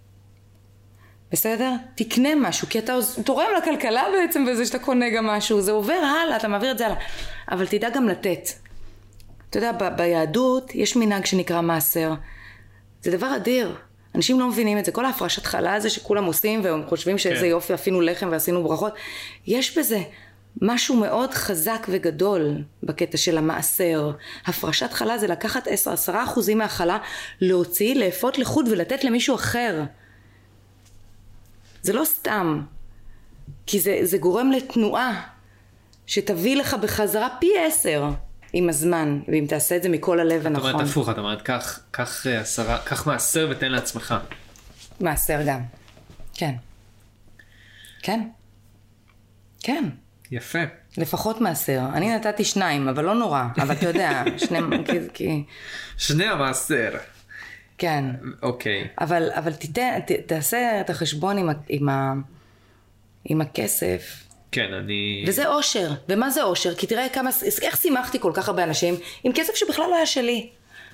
בסדר? תקנה משהו, כי אתה תורם לכלכלה בעצם בזה שאתה קונה גם משהו, זה עובר הלאה, אתה מעביר את זה הלאה, אבל תדע גם לתת. אתה יודע, ביהדות יש מנהג שנקרא מעשר, זה דבר אדיר, אנשים לא מבינים את זה, כל ההפרשת חלה הזה שכולם עושים, והם חושבים שזה יופי, עשינו לחם ועשינו ברכות, יש בזה משהו מאוד חזק וגדול בקטע של המעשר. הפרשת חלה זה לקחת 10% מהחלה, להוציא, לאפות לחוד ולתת למישהו אחר. זה לא סתם, כי זה גורם לתנועה שתביא לך בחזרה פי 10 עם הזמן, ואם תעשה את זה מכל הלב הנכון. את אומרת הפוך, את אומרת, קח מעשר ותן לעצמך. מעשר גם, כן. כן. כן. יפה. לפחות מעשר. אני נתתי 2, אבל לא נורא, אבל אתה יודע, שני המעשר. כן. אוקיי. אבל תעשה את החשבון עם הכסף. כן, אני... וזה אושר. ומה זה אושר? כי תראה איך שימחתי כל כך הרבה אנשים עם כסף שבכלל לא היה שלי.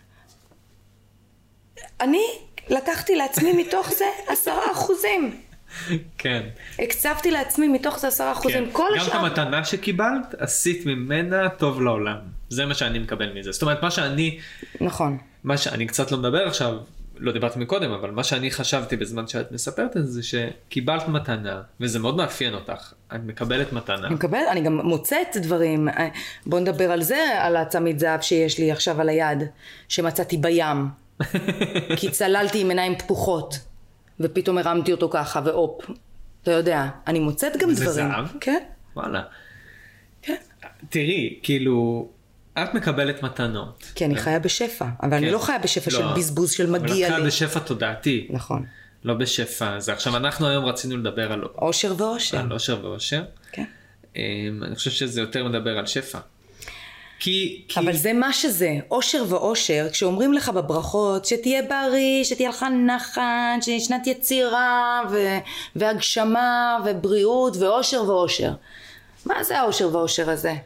אני לקחתי לעצמי מתוך זה 10%. כן. הקצבתי לעצמי מתוך זה 10%. כן. כל גם את המתנה שקיבלת, עשית ממנה טוב לעולם. זה מה שאני מקבל מזה. זאת אומרת, מה שאני... נכון. מה שאני קצת לא מדבר עכשיו, לא דיברתי מקודם, אבל מה שאני חשבתי בזמן שאת מספרת את זה, שקיבלת מתנה, וזה מאוד מאפיין אותך. את מקבלת מתנה. אני גם מוצאת דברים. בוא נדבר על זה, על הצמיד זהב שיש לי עכשיו על היד, שמצאתי בים. כי צללתי עם עיניים פקוחות, ופתאום הרמתי אותו ככה, ואופ. אתה יודע, אני מוצאת גם דברים. זה זהב? כן. וואלה. כן. תראי, כאילו... את מקבלת מתנות. כי אני חיה בשפע, אבל אני לא חיה בשפע של בזבוז של מגיע לי. אבל את חיה בשפע תודעתי. נכון. לא בשפע. עכשיו אנחנו היום רצינו לדבר על אושר ואושר. על אושר ואושר. כן. אני חושב שזה יותר מדבר על שפע. אבל זה מה שזה, אושר ואושר, כשאומרים לך בברכות שתהיה בריא, שתהיה לך נחת, שנת יצירה והגשמה ובריאות ואושר ואושר. מה זה האושר ואושר הזה?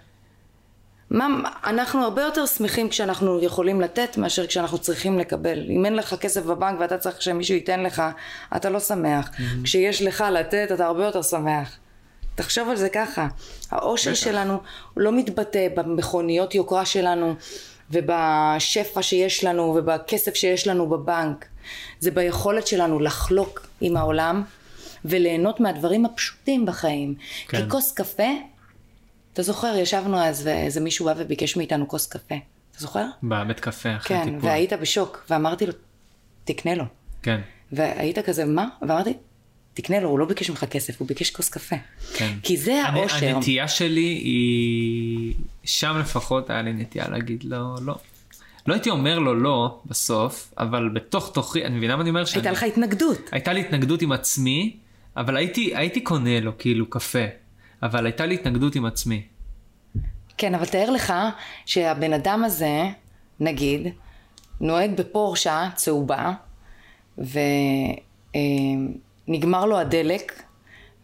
אנחנו הרבה יותר שמחים כשאנחנו יכולים לתת מאשר כשאנחנו צריכים לקבל. אם אין לך כסף בבנק ואתה צריך שמישהו ייתן לך, אתה לא שמח. כשיש לך לתת, אתה הרבה יותר שמח. תחשוב על זה ככה. האושר שלנו לא מתבטא במכוניות יוקרה שלנו, ובשפע שיש לנו, ובכסף שיש לנו בבנק. זה ביכולת שלנו לחלוק עם העולם, וליהנות מהדברים הפשוטים בחיים. כי כוס קפה, אתה זוכר, ישבנו אז ואיזה מישהו בא וביקש מאיתנו כוס קפה. אתה זוכר? באמת קפה אחרי כן, טיפול. והיית בשוק, ואמרתי לו, תקנה לו. כן. והיית כזה, מה? ואמרתי, תקנה לו, הוא לא ביקש ממך כסף, הוא ביקש כוס קפה. כן. כי זה האושר. הנטייה שלי היא, שם לפחות היה לי נטייה להגיד לא, לא. לא הייתי אומר לו לא בסוף, אבל בתוך תוכי, אני מבינה מה אני אומר? הייתה לך התנגדות. הייתה לי התנגדות עם עצמי, אבל הייתי קונה לו כאילו קפה. אבל הייתה לי התנגדות עם עצמי. כן, אבל תאר לך שהבן אדם הזה, נגיד, נוהג בפורשה צהובה, ונגמר לו הדלק,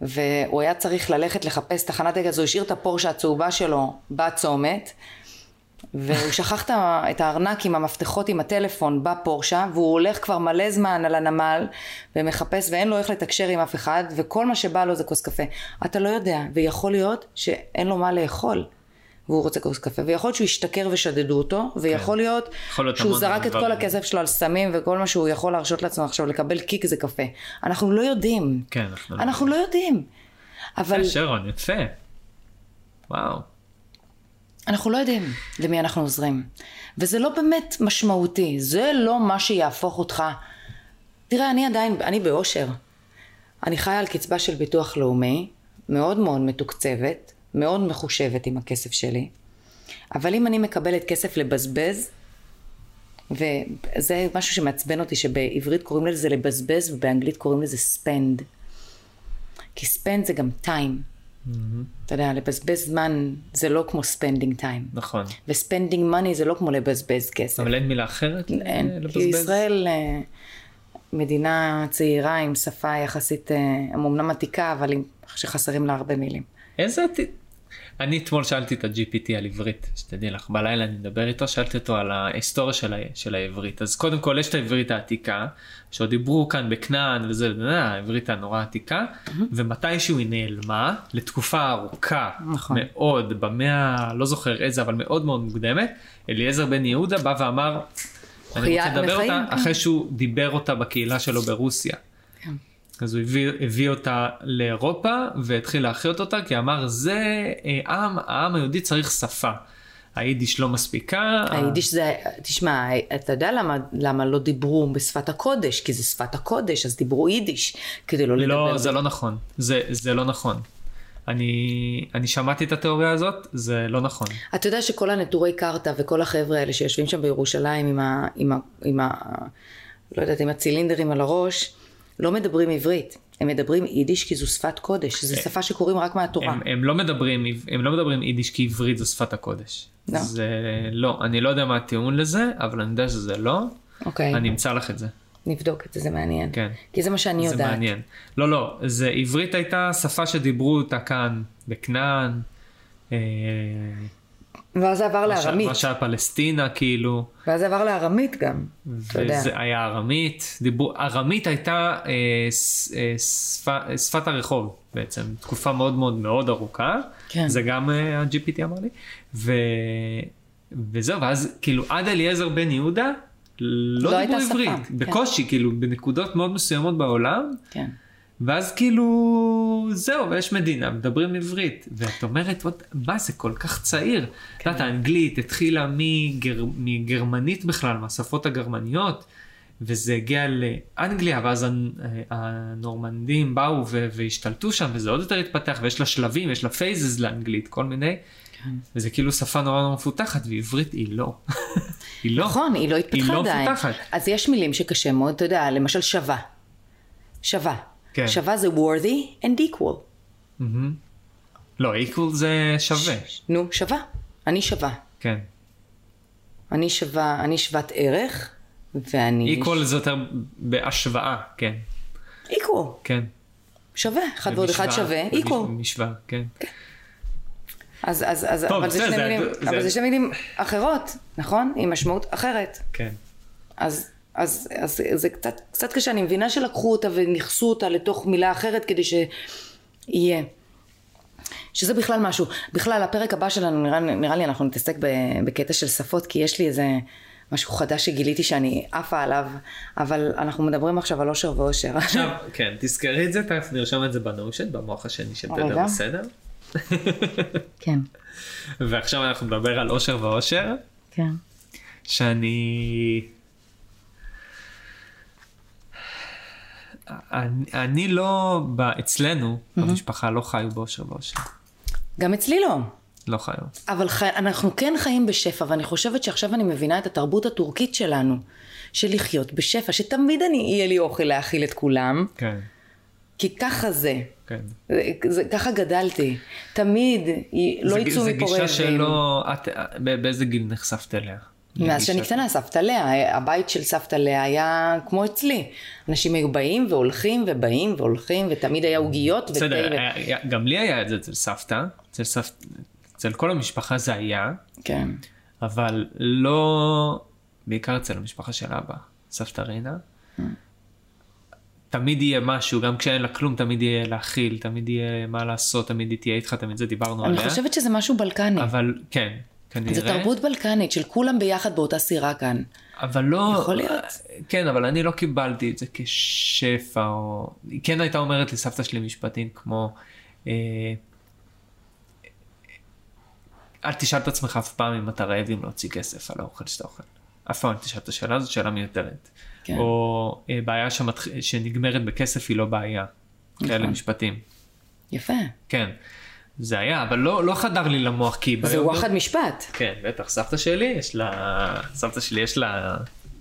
והוא היה צריך ללכת לחפש תחנת דלק, אז הוא השאיר את הפורשה הצהובה שלו בצומת, והוא שכח את הארנק עם המפתחות עם הטלפון בפורשה, והוא הולך כבר מלא זמן על הנמל, ומחפש, ואין לו איך לתקשר עם אף אחד, וכל מה שבא לו זה כוס קפה. אתה לא יודע, ויכול להיות שאין לו מה לאכול, והוא רוצה כוס קפה, ויכול להיות שהוא ישתכר ושדדו אותו, ויכול להיות שהוא זרק את כל הכסף שלו על סמים, וכל מה שהוא יכול להרשות לעצמו עכשיו, לקבל קיק זה קפה. אנחנו לא יודעים. כן, אנחנו לא יודעים. אבל... שרון, יפה. וואו. אנחנו לא יודעים למי אנחנו עוזרים. וזה לא באמת משמעותי. זה לא מה שיהפוך אותך. תראה, אני באושר. אני חיה על קצבה של ביטוח לאומי, מאוד מאוד מתוקצבת, מאוד מחושבת עם הכסף שלי. אבל אם אני מקבלת כסף לבזבז, וזה משהו שמעצבן אותי, שבעברית קוראים לזה לבזבז, ובאנגלית קוראים לזה spend. כי spend זה גם time. אתה יודע, לבזבז זמן זה לא כמו spending time. נכון. ו-spending money זה לא כמו לבזבז כסף. אבל אין מילה אחרת לבזבז? כי ישראל מדינה צעירה עם שפה יחסית, אמנם עתיקה, אבל שחסרים לה הרבה מילים. איזה עתיד? אני אתמול שאלתי את ה-GPT על עברית, שתדעי לך, בלילה אני מדבר איתו, שאלתי אותו על ההיסטוריה של העברית. אז קודם כל יש את העברית העתיקה, שעוד דיברו כאן בכנען וזה, העברית הנורא עתיקה, ומתישהו היא נעלמה לתקופה ארוכה מאוד, במאה, לא זוכר איזה, אבל מאוד מאוד מוקדמת, אליעזר בן יהודה בא ואמר, אני רוצה לדבר אותה, אחרי שהוא דיבר אותה בקהילה שלו ברוסיה. אז הוא הביא אותה לאירופה והתחיל להחיות אותה, כי אמר, זה העם היהודי צריך שפה. היידיש לא מספיקה. היידיש זה, תשמע, אתה יודע למה לא דיברו בשפת הקודש? כי זה שפת הקודש, אז דיברו יידיש, כדי לא לדבר. לא, זה לא נכון. זה לא נכון. אני שמעתי את התיאוריה הזאת, זה לא נכון. אתה יודע שכל הנטורי קרתא וכל החבר'ה האלה שיושבים שם בירושלים לא יודעת, עם הצילינדרים על הראש, לא מדברים עברית, הם מדברים יידיש כי זו שפת קודש, זו שפה שקוראים רק מהתורה. הם לא מדברים יידיש כי עברית זו שפת הקודש. לא. זה לא, אני לא יודע מה הטיעון לזה, אבל אני יודע שזה לא. אוקיי. אני אמצא לך את זה. נבדוק את זה, זה מעניין. כן. כי זה מה שאני יודעת. זה מעניין. לא, עברית הייתה שפה שדיברו אותה כאן, בכנען. ואז זה עבר לארמית. מה שהיה פלסטינה, כאילו. ואז זה עבר לארמית גם, אתה יודע. וזה היה ארמית. ארמית הייתה שפת הרחוב, בעצם. תקופה מאוד מאוד מאוד ארוכה. כן. זה גם ה-GPT אמר לי. וזהו, ואז כאילו עד אליעזר בן יהודה, לא דיברו עברית. בקושי, כאילו, בנקודות מאוד מסוימות בעולם. כן. ואז כאילו, זהו, ויש מדינה, מדברים עברית, ואת אומרת, מה זה כל כך צעיר? את יודעת, האנגלית התחילה מגרמנית בכלל, מהשפות הגרמניות, וזה הגיע לאנגליה, ואז הנורמנדים באו והשתלטו שם, וזה עוד יותר התפתח, ויש לה שלבים, יש לה פייזס לאנגלית, כל מיני, וזה כאילו שפה נורא נורא מפותחת, ועברית היא לא. היא לא. נכון, היא לא התפתחה עדיין. היא לא מפותחת. אז יש מילים שקשה מאוד, אתה יודע, למשל שווה. שווה. כן. שווה זה worthy and equal. לא, equal זה שווה. נו, שווה. אני שווה. כן. אני שווה, אני שוות ערך, ואני... equal זה יותר בהשוואה, כן. equal. כן. שווה. אחד ועוד אחד שווה, equal. משוואה, כן. אז, טוב, אבל זה שתי מילים אחרות, נכון? עם משמעות אחרת. כן. אז זה קצת קשה, אני מבינה שלקחו אותה ונכסו אותה לתוך מילה אחרת כדי שיהיה. שזה בכלל משהו. בכלל, הפרק הבא שלנו, נראה לי אנחנו נתעסק בקטע של שפות, כי יש לי איזה משהו חדש שגיליתי שאני עפה עליו, אבל אנחנו מדברים עכשיו על אושר ואושר. עכשיו, כן, תזכרי את זה, תכף נרשום את זה בנושן, במוח השני של תדר בסדר. כן. ועכשיו אנחנו נדבר על אושר ואושר. כן. אני לא, אצלנו, במשפחה לא חיו באושר ואושר. גם אצלי לא. לא חיו. אבל אנחנו כן חיים בשפע, ואני חושבת שעכשיו אני מבינה את התרבות הטורקית שלנו, של לחיות בשפע, שתמיד יהיה לי אוכל להאכיל את כולם. כן. כי ככה זה. כן. ככה גדלתי. תמיד לא יצאו מפה רעבים. זה גישה שלא, באיזה גיל נחשפת אליה? מאז שאני קטנה, סבתא לאה, הבית של סבתא לאה היה כמו אצלי. אנשים היו באים והולכים ובאים והולכים, ותמיד היה עוגיות ותה. בסדר, גם לי היה את זה אצל סבתא, אצל כל המשפחה זה היה, כן. אבל לא, בעיקר אצל המשפחה של אבא, סבתא רינה. תמיד יהיה משהו, גם כשאין לה כלום, תמיד יהיה להכיל, תמיד יהיה מה לעשות, תמיד היא תהיה איתך, תמיד זה דיברנו עליה. אני חושבת שזה משהו בלקני. אבל כן, כנראה. זה תרבות בלקנית של כולם ביחד באותה סירה כאן. אבל לא... יכול להיות. כן, אבל אני לא קיבלתי את זה כשפע, או... היא כן הייתה אומרת לסבתא שלי משפטים כמו... אל תשאל את עצמך אף פעם אם אתה רעב אם להוציא כסף על האוכל שאתה אוכל. אף פעם תשאל את השאלה הזאת, שאלה מיותרת. כן. או בעיה שנגמרת בכסף היא לא בעיה. כאלה משפטים. יפה. כן. זה היה, אבל לא חדר לי למוח כי... זה וואחד משפט. כן, בטח. סבתא שלי יש לה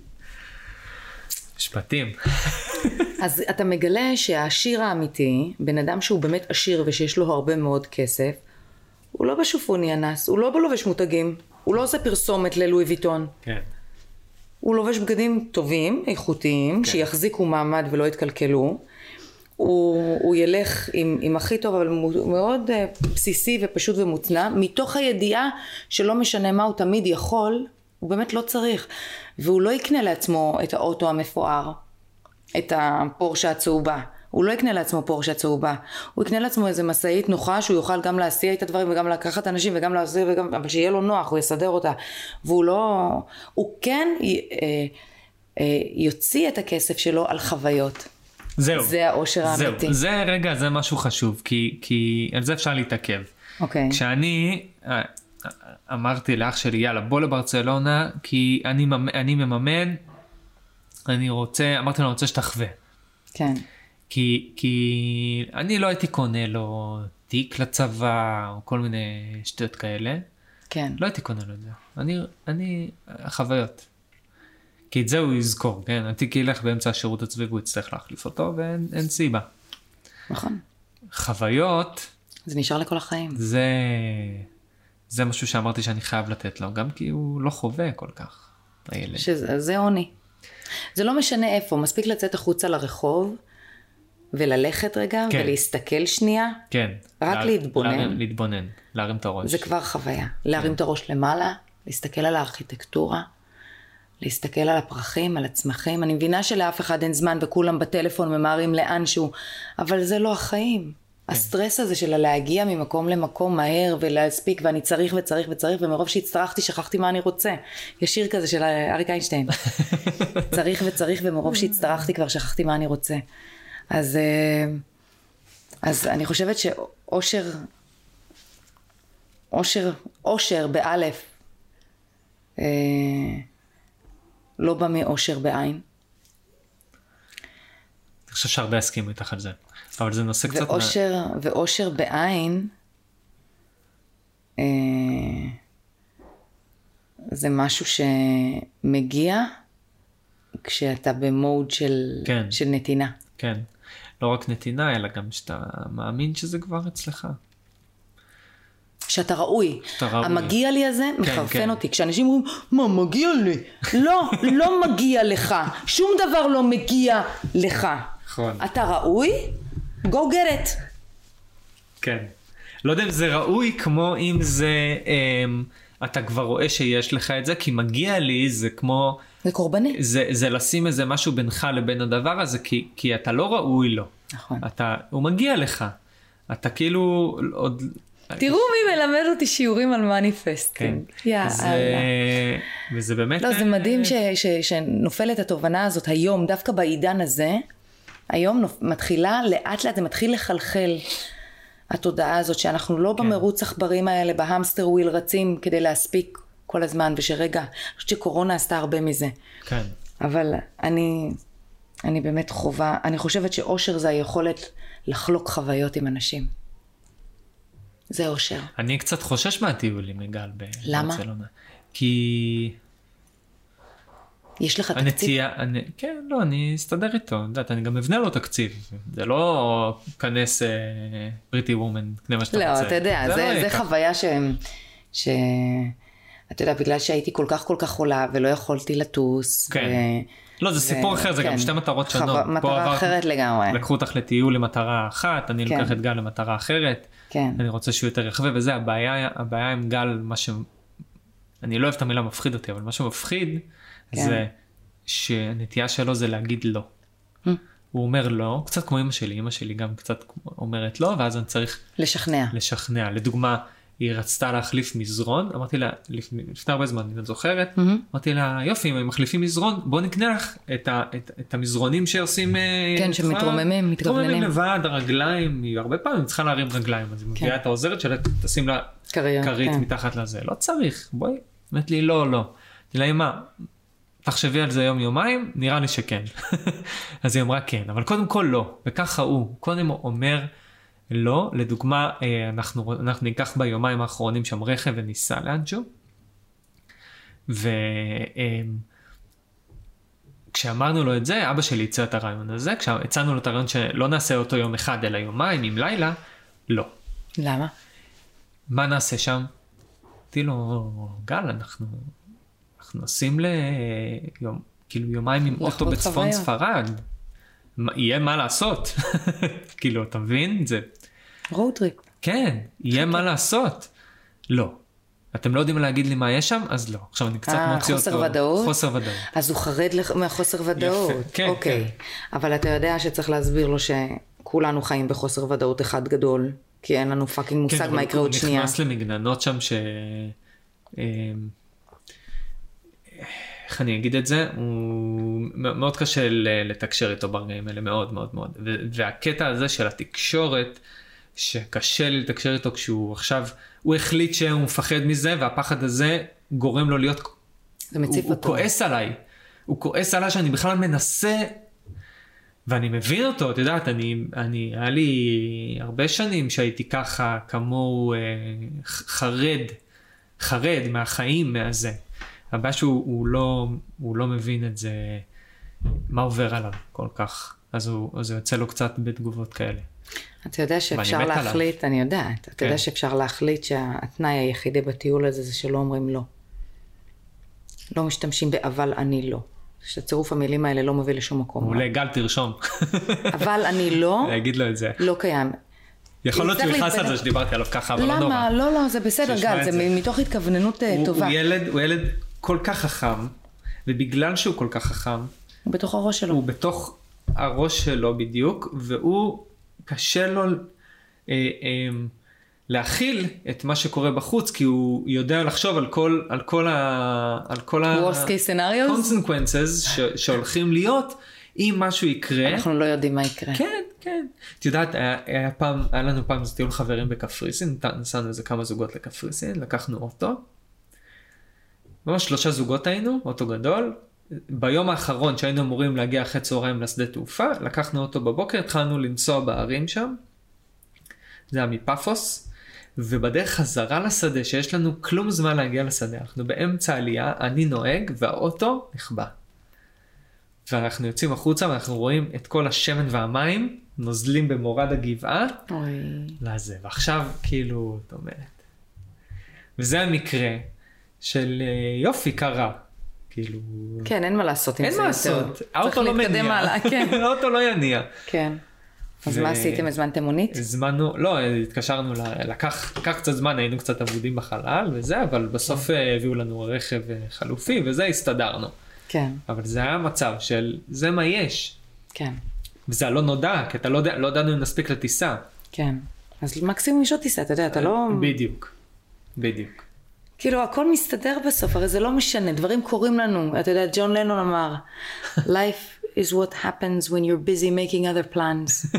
משפטים. אז אתה מגלה שהעשיר האמיתי, בן אדם שהוא באמת עשיר ושיש לו הרבה מאוד כסף, הוא לא בשופוני אנס, הוא לא בלובש מותגים, הוא לא עושה פרסומת ללואי ויטון. כן. הוא לובש בגדים טובים, איכותיים, שיחזיקו מעמד ולא יתקלקלו. הוא ילך עם הכי טוב, אבל מאוד בסיסי ופשוט ומוצנע, מתוך הידיעה שלא משנה מה הוא תמיד יכול, הוא באמת לא צריך. והוא לא יקנה לעצמו את האוטו המפואר, את הפורשה הצהובה. הוא לא יקנה לעצמו פורשה צהובה. הוא יקנה לעצמו איזה מסעית נוחה שהוא יוכל גם להסיע את הדברים וגם לקחת אנשים וגם להסיע וגם, אבל שיהיה לו נוח, הוא יסדר אותה. והוא לא, הוא כן יוציא את הכסף שלו על חוויות. זהו. זה האושר האמיתי. זה משהו חשוב, כי על זה אפשר להתעכב. אוקיי. כשאני אמרתי לאח שלי, יאללה, בוא לברצלונה, כי אני מממן, אמרתי לו, אני רוצה שתחווה. כן. כי אני לא הייתי קונה לו תיק לצבא, או כל מיני שטויות כאלה. כן. לא הייתי קונה לו את זה. אני חוויות. כי את זה הוא יזכור, כן? התיק ילך באמצע השירות הצבאי והוא יצטרך להחליף אותו, ואין סיבה. נכון. חוויות... זה נשאר לכל החיים. זה משהו שאמרתי שאני חייב לתת לו, גם כי הוא לא חווה כל כך, הילד. זה עוני. זה לא משנה איפה, מספיק לצאת החוצה לרחוב, וללכת רגע, כן. ולהסתכל שנייה. כן. רק להתבונן, להרים את הראש. זה כבר חוויה. להרים את הראש למעלה, להסתכל על הארכיטקטורה, להסתכל על הפרחים, על הצמחים. אני מבינה שלאף אחד אין זמן וכולם בטלפון ממהרים לאנשהו, אבל זה לא החיים. הסטרס הזה של להגיע ממקום למקום מהר ולהספיק, ואני צריך וצריך וצריך, ומרוב שהצטרכתי שכחתי מה אני רוצה. יש שיר כזה של אריק איינשטיין. צריך וצריך, ומרוב שהצטרכתי כבר שכחתי מה אני רוצה. אז אני חושבת שאושר באלף, לא בא מאושר בעין. אני חושב שהרבה הסכימו איתך על זה. אבל זה נושא קצת... ואושר בעין, זה משהו שמגיע כשאתה במוד של נתינה. כן. לא רק נתינה, אלא גם שאתה מאמין שזה כבר אצלך. שאתה ראוי. המגיע לי הזה מחרפן אותי. כשאנשים אומרים, מה מגיע לי? לא מגיע לך. שום דבר לא מגיע לך. נכון. אתה ראוי? go get it. כן. לא יודע אם זה ראוי כמו אם זה, אתה כבר רואה שיש לך את זה, כי מגיע לי זה כמו... זה קורבני. זה לשים איזה משהו בינך לבין הדבר הזה, כי אתה לא ראוי לו. נכון. הוא מגיע לך. אתה כאילו עוד... תראו מי מלמד אותי שיעורים על מניפסטים. וזה באמת... לא, זה מדהים שנופלת התובנה הזאת היום, דווקא בעידן הזה, היום מתחילה, לאט לאט זה מתחיל לחלחל התודעה הזאת, שאנחנו לא במרוץ עכברים האלה, בהמסטר וויל רצים כדי להספיק כל הזמן, ושרגע, אני חושבת שקורונה עשתה הרבה מזה. כן. אבל אני באמת חובה, אני חושבת שאושר זה היכולת לחלוק חוויות עם אנשים. זה אושר. אני קצת חושש מהטיול עם גל למה? כי... יש לך תקציב? כן, לא, אני אסתדר איתו. אני גם אבנה לו תקציב. זה לא כנס פריטי וומן, קנה מה שאתה רוצה. לא, אתה יודע, זה חוויה אתה יודע, בגלל שהייתי כל כך חולה, ולא יכולתי לטוס. כן. לא, זה סיפור אחר, זה גם שתי מטרות שונות. מטרה אחרת לגמרי. לקחו אותך לטיול למטרה אחת, אני לוקח את גל למטרה אחרת. כן. אני רוצה שהוא יותר יחווה, וזה הבעיה עם גל, אני לא אוהב את המילה מפחיד אותי, אבל מה שמפחיד, זה שהנטייה שלו זה להגיד לא. הוא אומר לא, קצת כמו אמא שלי גם קצת אומרת לא, ואז אני צריך לשכנע. לדוגמה, היא רצתה להחליף מזרון, אמרתי לה, לפני הרבה זמן, אם את זוכרת, אמרתי לה, יופי, אם הם מחליפים מזרון, בוא נקנה לך את המזרונים שעושים... כן, שמתרוממים, מתכווננים. לבד, הרגליים, היא הרבה פעמים היא צריכה להרים רגליים, אז היא מביאה את העוזרת שלה, תשים לה כרית מתחת לזה, לא צריך, בואי, אמרת לי, לא. תראה, מה, תחשבי על זה יום-יומיים, נראה לי שכן. אז היא אמרה כן, אבל קודם כל לא, וככה הוא, קודם הוא אומר, לא, לדוגמה, אנחנו ניקח ביומיים האחרונים שם רכב וניסע לאנשהו, וכשאמרנו לו את זה, אבא שלי הציע את הרעיון הזה, כשהצענו לו את הרעיון שלא נעשה אותו יום אחד, אלא יומיים עם לילה, לא. למה? מה נעשה שם? אמרתי לו, גל, אנחנו נוסעים כאילו יומיים עם אוטו בצפון ספרד, יהיה מה לעשות, כאילו, אתה מבין? זה... רוד טריפ. כן, יהיה מה לעשות. לא. אתם לא יודעים להגיד לי מה יש שם? אז לא. עכשיו אני קצת מוציא אותו. חוסר ודאות? חוסר ודאות. אז הוא חרד מהחוסר ודאות. יפה, כן, אוקיי. כן. אבל אתה יודע שצריך להסביר לו שכולנו חיים בחוסר ודאות אחד גדול, כי אין לנו פאקינג מושג מה יקרה עוד שנייה. הוא נכנס למגננות שם איך אני אגיד את זה? הוא מאוד קשה לתקשר איתו ברגעים האלה, מאוד מאוד מאוד. והקטע הזה של התקשורת, שקשה לי לתקשר איתו כשהוא עכשיו, הוא החליט שהוא מפחד מזה, והפחד הזה גורם לו להיות... זה מציף אותו. הוא כועס עליי. הוא כועס עליי שאני בכלל מנסה, ואני מבין אותו, את יודעת, היה לי הרבה שנים שהייתי ככה, כמו חרד מהחיים, מהזה. הבא שהוא לא מבין את זה, מה עובר עליו כל כך, אז הוא יוצא לו קצת בתגובות כאלה. אתה יודע שאפשר להחליט, אני יודעת, אתה יודע שאפשר להחליט שהתנאי היחידי בטיול הזה זה שלא אומרים לא. לא משתמשים באבל אני לא. שצירוף המילים האלה לא מביא לשום מקום. אולי גל תרשום. אבל אני לא, להגיד לו את זה. לא קיים. יכול להיות שהוא יכנס על זה שדיברתי עליו ככה, אבל לא נורא. למה? לא, זה בסדר, גל, זה מתוך התכווננות טובה. הוא ילד כל כך חכם, ובגלל שהוא כל כך חכם, הוא בתוך הראש שלו. הוא בתוך הראש שלו בדיוק, והוא קשה לו להכיל את מה שקורה בחוץ, כי הוא יודע לחשוב על כל worst case scenarios? consequences שהולכים להיות, אם משהו יקרה. אנחנו לא יודעים מה יקרה. כן. את יודעת, היה לנו פעם טיול חברים בקפריסין, נסענו איזה כמה זוגות לקפריסין, לקחנו אוטו, ממש 3 זוגות היינו, אוטו גדול, ביום האחרון שהיינו אמורים להגיע אחרי צהריים לשדה תעופה, לקחנו אותו בבוקר, התחלנו לנסוע בערים שם, זה היה מפאפוס, ובדרך חזרה לשדה, שיש לנו כלום זמן להגיע לשדה, אנחנו באמצע עלייה, אני נוהג, והאוטו נחבא. ואנחנו יוצאים החוצה, ואנחנו רואים את כל השמן והמים, נוזלים במורד הגבעה, לזה, ועכשיו כאילו, את אומרת. וזה המקרה, של יופי קרה, כאילו... כן, אין מה לעשות עם זה. אין מה לעשות, האוטו לא מניע. האוטו לא יניע. כן. אז מה עשיתם? הזמנתם מונית? הזמנו, לא, התקשרנו, לקח קצת זמן, היינו קצת עבודים בחלל וזה, אבל בסוף הביאו לנו רכב חלופי, וזה הסתדרנו. כן. אבל זה היה מצב של, זה מה יש. כן. וזה לא נודע, כי אתה לא ידענו אם נספיק לטיסה. כן. אז מקסימום יש עוד טיסה, אתה יודע, אתה לא... בדיוק. כאילו, הכל מסתדר בסוף, הרי זה לא משנה, דברים קורים לנו. אתה יודע, ג'ון לנון אמר, Life is what happens when you're busy making other plans.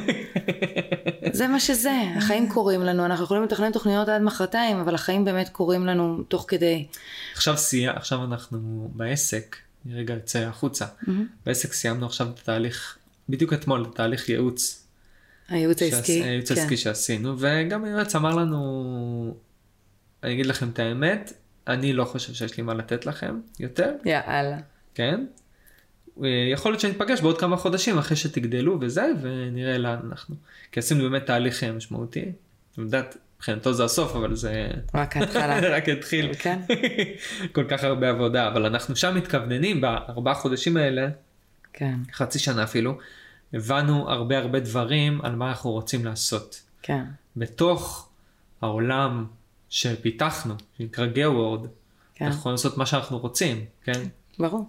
זה מה שזה, החיים קורים לנו, אנחנו יכולים לתכנן תוכניות עד מחרתיים, אבל החיים באמת קורים לנו תוך כדי. עכשיו אנחנו בעסק, רגע יצא החוצה, בעסק סיימנו עכשיו את התהליך, בדיוק אתמול, את תהליך ייעוץ. הייעוץ העסקי. הייעוץ העסקי שעשינו, וגם היועץ אמר לנו, אני אגיד לכם את האמת, אני לא חושב שיש לי מה לתת לכם יותר. יאללה. כן? יכול להיות שנתפגש בעוד כמה חודשים אחרי שתגדלו וזה, ונראה לאן אנחנו. כי עשינו באמת תהליך משמעותי. אתם יודעת, מבחינתו זה הסוף, אבל זה... רק ההתחלה. רק התחיל. כן. כל כך הרבה עבודה, אבל אנחנו שם מתכווננים, ב4 חודשים האלה, כן. חצי שנה אפילו, הבנו הרבה דברים על מה אנחנו רוצים לעשות. כן. בתוך העולם שפיתחנו, שנקרא GeoWorld, כן. אנחנו יכולים לעשות מה שאנחנו רוצים, כן? ברור.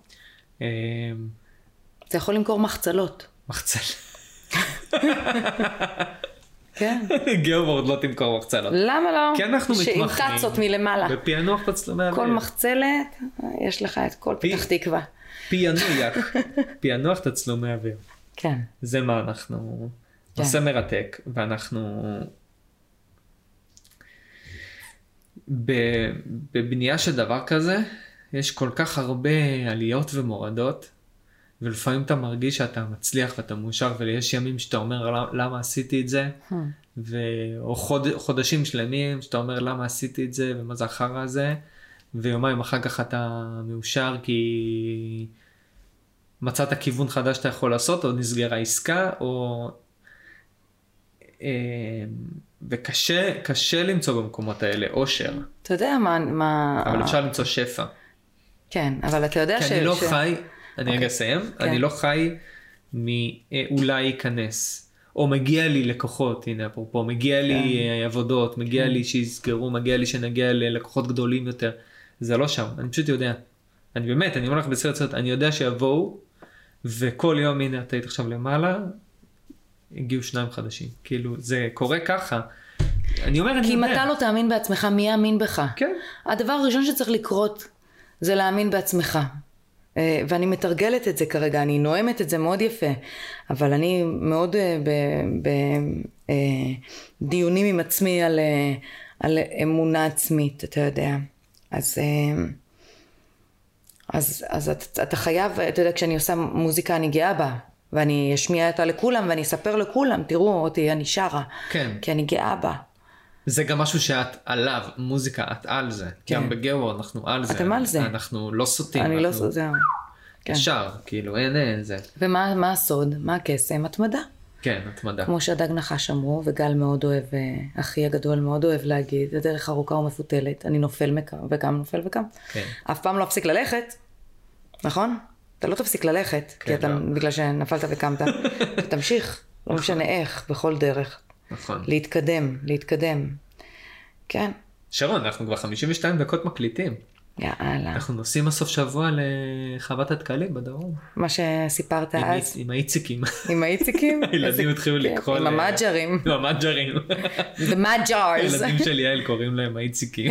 אתה יכול למכור מחצלות. מחצל. כן. GeoWorld לא תמכור מחצלות. למה לא? כי אנחנו מתמחים. שעם תצות מלמעלה. בפענוח תצלומי אוויר. כל מחצלת, יש לך את כל פתח תקווה. פענוח תצלומי אוויר. כן. זה מה אנחנו... נושא מרתק, ואנחנו... בבנייה של דבר כזה, יש כל כך הרבה עליות ומורדות, ולפעמים אתה מרגיש שאתה מצליח ואתה מאושר, ויש ימים שאתה אומר למה עשיתי את זה, או חודשים שלמים שאתה אומר למה עשיתי את זה, ומה זה החרא הזה, ויומיים אחר כך אתה מאושר כי מצאת כיוון חדש שאתה יכול לעשות, או נסגרה עסקה, או... וקשה למצוא במקומות האלה אושר. אתה יודע מה... אבל אפשר למצוא שפע. כן, אבל אתה יודע כי אני לא חי, אני רגע אסיים, אני לא חי מאולי ייכנס, או מגיע לי לקוחות, הנה אפרופו, מגיע לי עבודות, מגיע לי שיסגרו, מגיע לי שנגיע ללקוחות גדולים יותר. זה לא שם, אני פשוט יודע. אני באמת, אני אומר לך בסרט, אני יודע שיבואו, וכל יום, הנה אתה היית עכשיו למעלה, הגיעו 2 חדשים. כאילו, זה קורה ככה. אני אומר, כי אם אתה לא תאמין בעצמך, מי יאמין בך? כן. הדבר הראשון שצריך לקרות, זה להאמין בעצמך. ואני מתרגלת את זה כרגע, אני נואמת את זה מאוד יפה, אבל אני מאוד בדיונים עם עצמי על אמונה עצמית, אתה יודע. אז אתה חייב, אתה יודע, כשאני עושה מוזיקה אני גאה בה, ואני אשמיע אותה לכולם, ואני אספר לכולם, תראו אותי, אני שרה. כן. כי אני גאה בה. זה גם משהו שאת עליו, מוזיקה, את על זה. כן. גם בגאוור אנחנו על זה. אתם על זה. אנחנו לא סוטים. אני לא סוטים. כן. שר, כאילו, אין זה. ומה הסוד? מה הקסם? התמדה. כן, התמדה. כמו שהדג נחש אמרו, וגל מאוד אוהב, אחי הגדול מאוד אוהב להגיד, הדרך ארוכה ומפותלת, אני נופל וגם נופל וקם. כן. אף פעם לא אפסיק ללכת, נכון? אתה לא תפסיק ללכת, כן, כי אתה, לא. בגלל שנפלת וקמת. אתה תמשיך, לא משנה איך, בכל דרך. נכון. להתקדם. כן. שרון, אנחנו כבר 52 דקות מקליטים. יאללה. אנחנו נוסעים הסוף שבוע לחוות התקלים בדרום. מה שסיפרת אז. עם האיציקים. עם האיציקים? הילדים התחילו לקרוא... עם המאג'רים. עם המאג'רים. The Magars. הילדים של יעל קוראים להם האיציקים.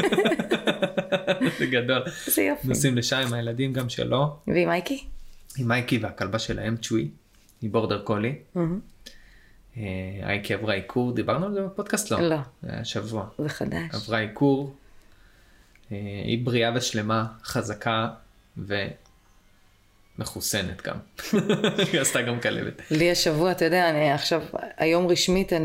זה גדול. זה יופי. נוסעים לשם עם הילדים גם שלו. ועם מייקי? עם מייקי והכלבה שלהם, צ'וי. היא בורדר קולי. אייקי עברה עיקור, דיברנו על זה בפודקאסט? לא. לא. זה היה שבוע. זה חדש. עברה עיקור. היא בריאה ושלמה, חזקה ומחוסנת גם. היא עשתה גם כלבת. לי השבוע, אתה יודע, אני עכשיו, היום רשמית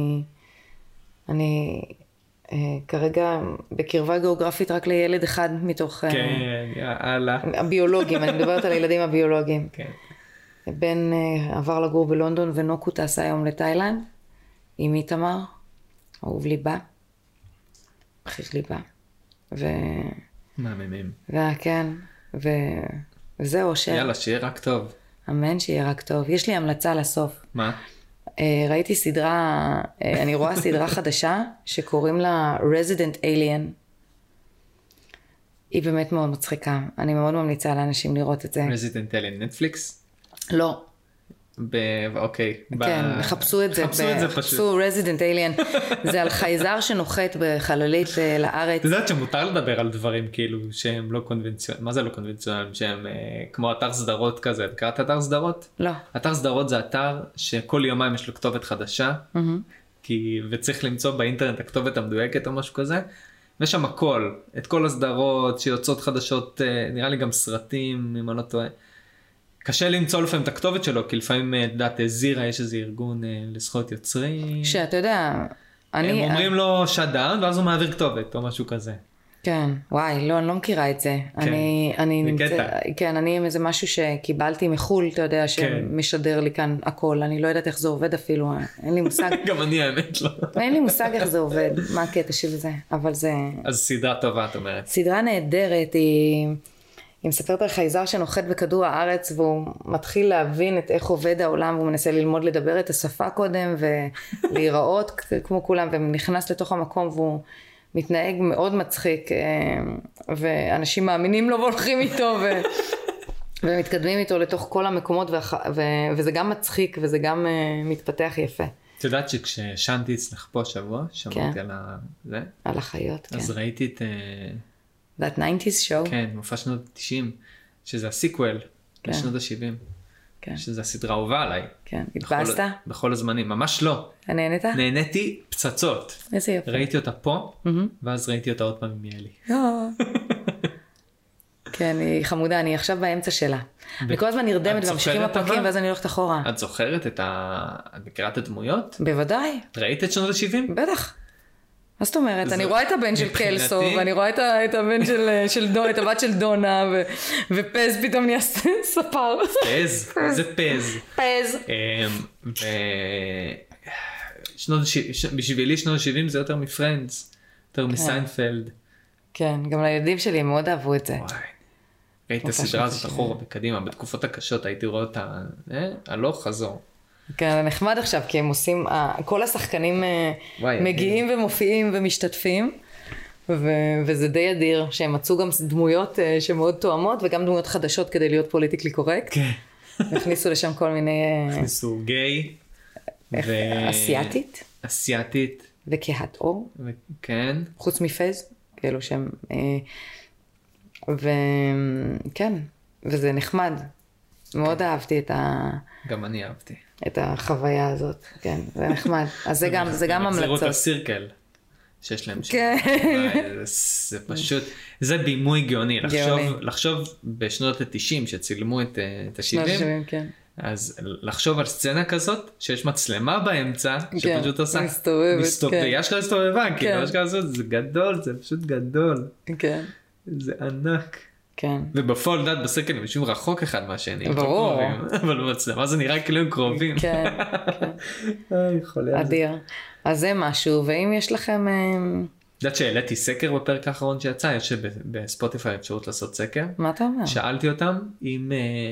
אני כרגע בקרבה גיאוגרפית רק לילד אחד מתוך... כן, יאללה. הביולוגים, אני מדברת על הילדים הביולוגיים. כן. בן עבר לגור בלונדון ונוקו טסה היום לתאילנד, עם איתמר, אהוב ליבה, מחיר ליבה. מהממים. כן, וזהו, יאללה, שיהיה רק טוב. אמן, שיהיה רק טוב. יש לי המלצה לסוף. מה? ראיתי סדרה, אני רואה סדרה חדשה, שקוראים לה Resident Alien. היא באמת מאוד מצחיקה. אני מאוד ממליצה לאנשים לראות את זה. Resident Alien, נטפליקס? לא. אוקיי. כן, חפשו את זה. חפשו Resident Alien. זה על חייזר שנוחת בחללית לארץ. אתה יודעת שמותר לדבר על דברים כאילו שהם לא קונבנציונליים. מה זה לא קונבנציונליים? שהם כמו אתר סדרות כזה. קראת אתר סדרות? לא. אתר סדרות זה אתר שכל יומיים יש לו כתובת חדשה. וצריך למצוא באינטרנט הכתובת המדויקת או משהו כזה. ויש שם הכל. את כל הסדרות שיוצאות חדשות, נראה לי גם סרטים, אם אני לא טועה. קשה למצוא לפעמים את הכתובת שלו, כי לפעמים, דעת, זירה, יש איזה ארגון לזכויות יוצרים. שאתה יודע, הם אומרים לו shut down, ואז הוא מעביר כתובת, או משהו כזה. כן, וואי, לא, אני לא מכירה את זה. אני כן, אני עם איזה משהו שקיבלתי מחול, אתה יודע, שמשדר לי כאן הכל. אני לא יודעת איך זה עובד אפילו, אין לי מושג. גם אני האמת לא. אין לי מושג איך זה עובד, מה הקטע של זה, אבל זה... אז סדרה טובה, את אומרת. סדרה נהדרת, היא מספרת על חייזר שנוחת בכדור הארץ, והוא מתחיל להבין את איך עובד העולם, והוא מנסה ללמוד לדבר את השפה קודם, ולהיראות כמו כולם, ונכנס לתוך המקום, והוא מתנהג מאוד מצחיק, ואנשים מאמינים לו והולכים איתו, ומתקדמים איתו לתוך כל המקומות, וזה גם מצחיק, וזה גם מתפתח יפה. את יודעת שכששנתי אצלך פה שבוע, שמעתי על זה? על החיות, כן. אז ראיתי את... That 90's show? כן, מופע שנות ה-90, שזה הסיקוול לשנות ה-70. כן. שזה הסדרה אהובה עליי. כן, התבאסת? בכל הזמנים, ממש לא. נהנית? נהניתי פצצות. איזה יפה. ראיתי אותה פה, ואז ראיתי אותה עוד פעם עם יאלי. כן, היא חמודה, אני עכשיו באמצע שלה. אני כל הזמן נרדמת וממשיכים הפרקים, ואז אני הולכת אחורה. את זוכרת את את מכירה את הדמויות? בוודאי. ראית את שנות ה-70? בטח. מה זאת אומרת? אני רואה את הבן של קלסו, ואני רואה את הבן של דונה, את הבת של דונה, ופז פתאום נהיה ספר. פז? זה פז. פז. בשבילי שנות ה-70 זה יותר מפרנדס, יותר מסיינפלד. כן, גם לילדים שלי הם מאוד אהבו את זה. ראיתי את הסדרה הזאת אחורה וקדימה, בתקופות הקשות הייתי רואה אותה, הלוך חזור. כן, זה נחמד עכשיו, כי הם עושים, כל השחקנים מגיעים ומופיעים ומשתתפים, וזה די אדיר, שהם מצאו גם דמויות שמאוד תואמות, וגם דמויות חדשות כדי להיות פוליטיקלי קורקט. כן. הכניסו לשם כל מיני... הכניסו גיי. אסיאתית. אסיאתית. וכהת אור. כן. חוץ מפז, כאלו שהם... וכן, וזה נחמד. מאוד אהבתי את גם אני אהבתי. את החוויה הזאת, כן, זה נחמד. אז זה גם המלצות. מחזירו את הסירקל שיש להם שם. כן. זה פשוט, זה בימוי גאוני. לחשוב בשנות ה-90 שצילמו את ה-70, אז לחשוב על סצנה כזאת, שיש מצלמה באמצע, שפשוט עושה, יש לך הסתובבה, כאילו, יש לך לעשות, זה גדול, זה פשוט גדול. כן. זה ענק. כן. ובפועל דעת בסקל הם יושבים רחוק אחד מהשני. ברור. אבל במצלמה זה נראה כאילו הם קרובים. כן, כן. אדיר. אז זה משהו, ואם יש לכם... יודעת שהעליתי סקר בפרק האחרון שיצא, יש בספוטיפיי אפשרות לעשות סקר. מה אתה אומר? שאלתי אותם אם...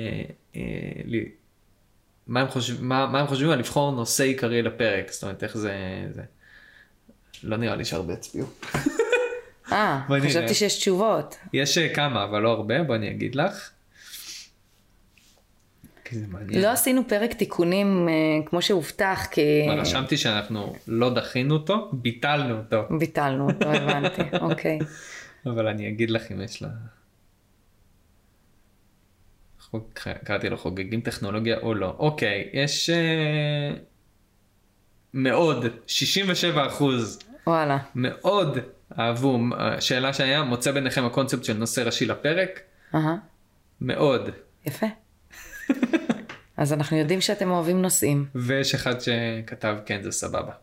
מה הם חושבים על לבחור נושא עיקרי לפרק, זאת אומרת איך זה... לא נראה לי שהרבה הצביעו. חשבתי שיש תשובות. יש כמה, אבל לא הרבה, בוא אני אגיד לך. כי זה מעניין. לא עשינו פרק תיקונים כמו שהובטח, כי... רשמתי שאנחנו לא דחינו אותו, ביטלנו אותו. ביטלנו אותו, הבנתי, אוקיי. אבל אני אגיד לך אם יש לה... קראתי לו חוגגים טכנולוגיה או לא. אוקיי, יש מאוד, 67%. וואלה. מאוד אהבו, שאלה שהיה, מוצא ביניכם הקונספט של נושא ראשי לפרק? מאוד. יפה. אז אנחנו יודעים שאתם אוהבים נושאים. ויש אחד שכתב, כן, זה סבבה.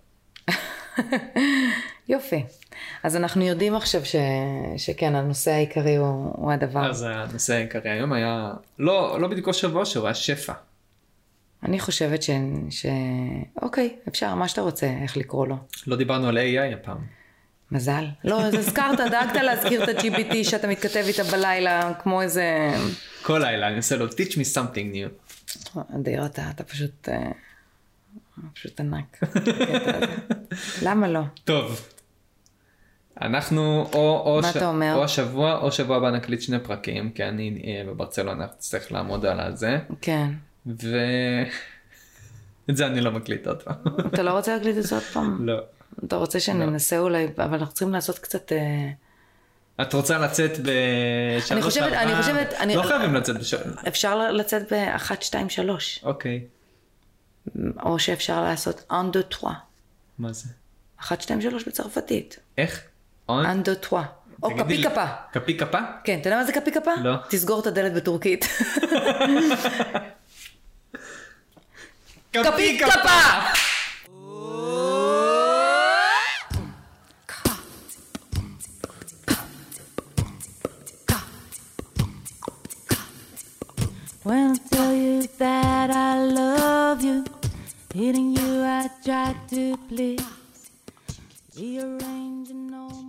יופי. אז אנחנו יודעים עכשיו שכן, הנושא העיקרי הוא הדבר. אז הנושא העיקרי היום היה, לא בדיוק שבוע, שהוא היה שפע. אני חושבת אוקיי, אפשר, מה שאתה רוצה, איך לקרוא לו. לא דיברנו על AI הפעם. מזל. לא, אז הזכרת, דאגת להזכיר את ה-GPT שאתה מתכתב איתה בלילה, כמו איזה... כל לילה, אני עושה לו, teach me something new. אדיר, אתה פשוט ענק. למה לא? טוב. אנחנו או השבוע או שבוע הבא נקליט 2 פרקים, כי אני בברצלונה צריך לעמוד על זה. כן. את זה אני לא מקליט עוד פעם. אתה לא רוצה להקליט את זה עוד פעם? לא. אתה רוצה שננסה אולי, אבל אנחנו צריכים לעשות קצת... את רוצה לצאת ב-3-4? אני חושבת... לא חייבים לצאת אפשר לצאת ב-1, 2, 3. אוקיי. או שאפשר לעשות en deux trois. מה זה? 1, 2, 3 בצרפתית. איך? en deux trois. או קפי קפה. קפי קפה? כן, אתה יודע מה זה קפי קפה? לא. תסגור את הדלת בטורקית. קפי קפה! When I tell you that I love you, hitting you I try to please, rearranging all my